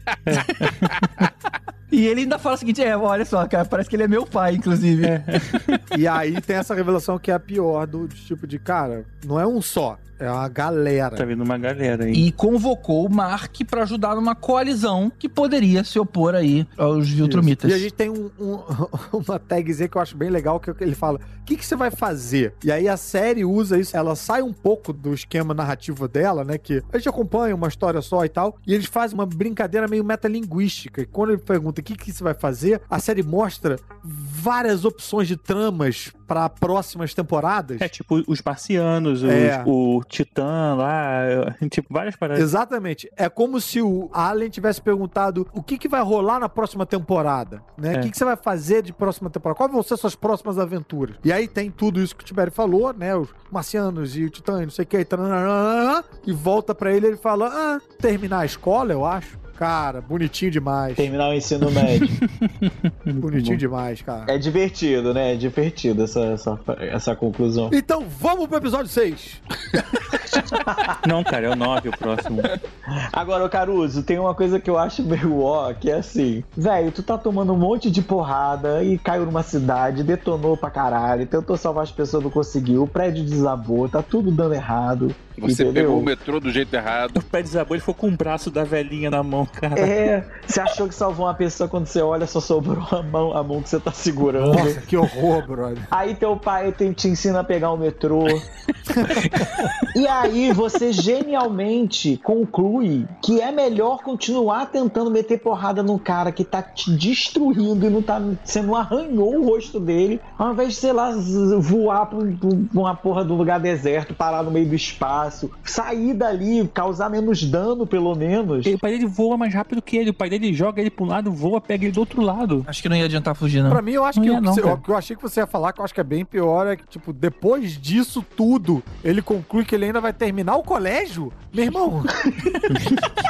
E ele ainda fala o seguinte, olha só, cara, parece que ele é meu pai, inclusive. E aí tem essa revelação que é a pior do tipo de, cara, não é um só. É uma galera. Tá vindo uma galera aí. E convocou o Mark pra ajudar numa coalizão que poderia se opor aí aos Viltrumitas. E a gente tem uma tagzinha que eu acho bem legal, que ele fala, o que você vai fazer? E aí a série usa isso, ela sai um pouco do esquema narrativo dela, né, que a gente acompanha uma história só e tal, e eles fazem uma brincadeira meio metalinguística. E quando ele pergunta o que você vai fazer, a série mostra várias opções de tramas para próximas temporadas. Tipo os marcianos, o Titã lá, tipo várias paradas. Exatamente. É como se o Allen tivesse perguntado o que vai rolar na próxima temporada, né? O que você vai fazer de próxima temporada? Quais vão ser suas próximas aventuras? E aí tem tudo isso que o Tibério falou, né? Os marcianos e o Titã e não sei o que, e volta pra ele e ele fala, terminar a escola, eu acho. Cara, bonitinho demais. Terminar o ensino médio. Bonitinho demais, cara. É divertido, né? É divertido essa conclusão. Então, vamos pro episódio 6. Não, cara, é o 9 o próximo. Agora, Caruso, tem uma coisa que eu acho meio que é assim, velho, tu tá tomando um monte de porrada e caiu numa cidade, detonou pra caralho, tentou salvar as pessoas, não conseguiu, o prédio desabou, tá tudo dando errado. Você entendeu? Pegou o metrô do jeito errado. O pé desabou, ele ficou com o braço da velhinha na mão, cara. Você achou que salvou uma pessoa, quando você olha, só sobrou a mão que você tá segurando. Nossa, que horror, brother. Aí teu pai te ensina a pegar o metrô. E aí você genialmente conclui que é melhor continuar tentando meter porrada num cara que tá te destruindo e não tá... Você não arranhou o rosto dele, ao invés de, sei lá, voar pra uma porra de um lugar deserto, parar no meio do espaço, sair dali, causar menos dano, pelo menos. O pai dele voa mais rápido que ele. O pai dele joga ele pra um lado, voa, pega ele do outro lado. Acho que não ia adiantar fugir, não. Pra mim, eu acho que o que eu achei que você ia falar, que eu acho que é bem pior, é que, tipo, depois disso tudo, ele conclui que ele ainda vai terminar o colégio? Meu irmão.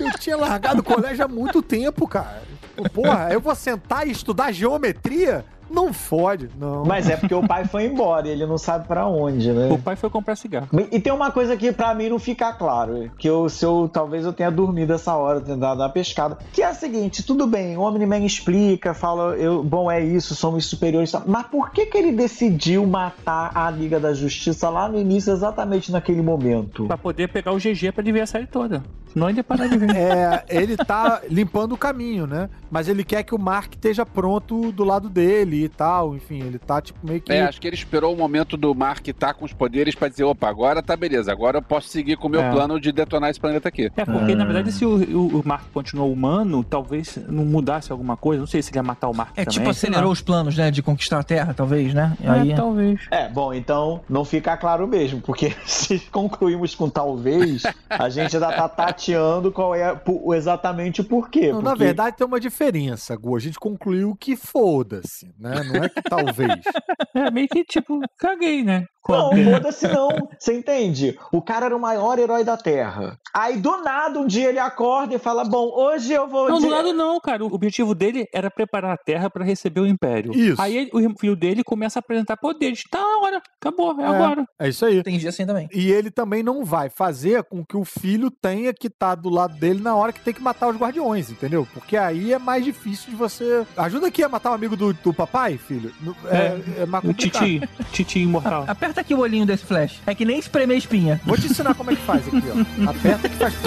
Eu tinha largado o colégio há muito tempo, cara. Porra, eu vou sentar e estudar geometria? Não fode, não. Mas é porque o pai foi embora e ele não sabe pra onde, né? O pai foi comprar cigarro. E tem uma coisa que pra mim não fica claro, que talvez eu tenha dormido essa hora, tenha dado uma pescada, que é a seguinte, tudo bem, o Omni-Man explica, fala, bom, é isso, somos superiores, mas por que ele decidiu matar a Liga da Justiça lá no início, exatamente naquele momento? Pra poder pegar o GG pra ele ver a série toda. Senão ele ia parar de ver. Ele tá limpando o caminho, né? Mas ele quer que o Mark esteja pronto do lado dele e tal, enfim, ele tá tipo meio que... acho que ele esperou o momento do Mark tá com os poderes pra dizer, opa, agora tá beleza, agora eu posso seguir com o meu plano de detonar esse planeta aqui. Porque na verdade se o Mark continuou humano, talvez não mudasse alguma coisa, não sei se ele ia matar o Mark também. Tipo, acelerou os planos, né, de conquistar a Terra, talvez, né? Talvez. Bom, então não fica claro mesmo, porque se concluímos com talvez, a gente ainda tá tateando qual é exatamente o porquê. Não, na verdade tem uma diferença, Gu, a gente concluiu que foda-se, né? Não é que talvez. Meio que tipo, caguei, né? Não, foda-se não. Você entende? O cara era o maior herói da Terra. Aí, do nada, um dia ele acorda e fala, bom, hoje eu vou... Não, do nada não, cara. O objetivo dele era preparar a Terra pra receber o Império. Isso. Aí o filho dele começa a apresentar poderes. Tá, olha, acabou, é agora. É isso aí. Entendi assim também. E ele também não vai fazer com que o filho tenha que estar do lado dele na hora que tem que matar os guardiões, entendeu? Porque aí é mais difícil de você... Ajuda aqui a matar o amigo do papai, filho. É mais complicado. O Titi imortal. Aperta aqui o olhinho desse Flash. É que nem espremer espinha. Vou te ensinar como é que faz aqui, ó. Aperta que faz.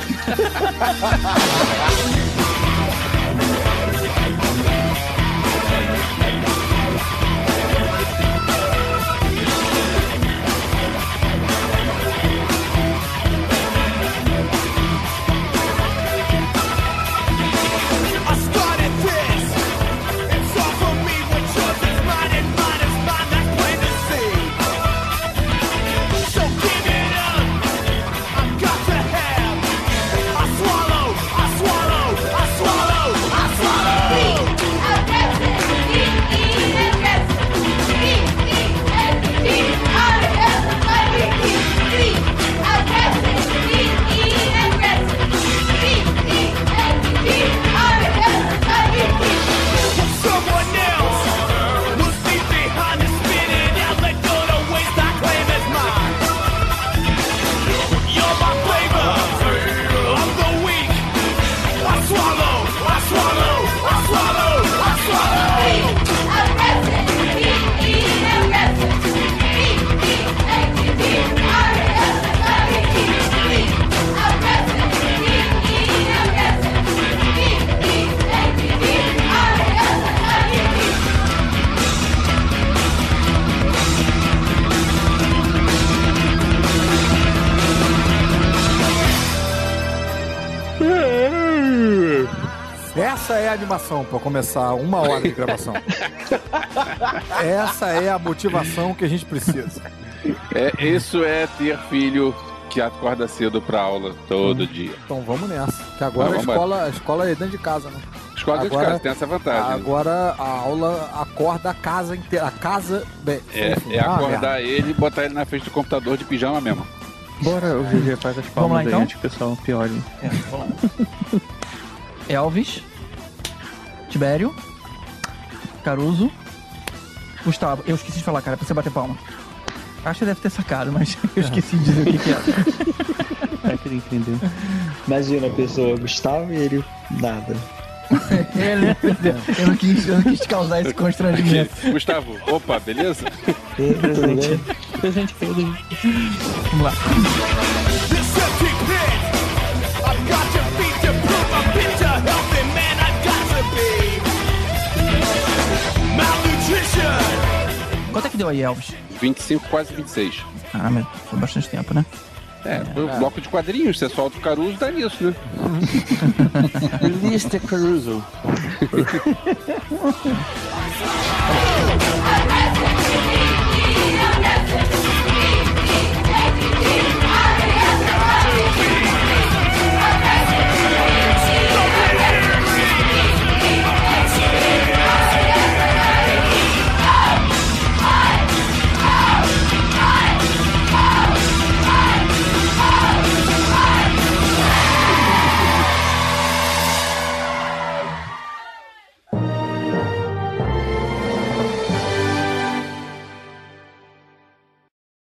Essa é a animação pra começar 1 hora de gravação. Essa é a motivação que a gente precisa. Isso é ter filho que acorda cedo pra aula todo dia. Então vamos nessa. Que agora a escola é dentro de casa, né? Escola dentro de casa, tem essa vantagem. Agora a aula acorda a casa inteira. A casa... acordar ele e botar ele na frente do computador de pijama mesmo. Bora, o GG faz as palmas aí, antes que o pessoal piore. Vamos lá. Elvis, Tibério, Caruso, Gustavo. Eu esqueci de falar, cara, pra você bater palma. Acho que deve ter sacado, mas eu esqueci de dizer o que era. É que ele entendeu. Imagina a pessoa, Gustavo e ele, nada. Eu não quis causar esse constrangimento. Gustavo, opa, beleza? Presente feio. Vamos lá. Quanto é que deu aí, Elvis? 25, quase 26. Ah, mas foi bastante tempo, né? O bloco de quadrinhos, você solta o Caruso, dá nisso, né? Mr. Caruso.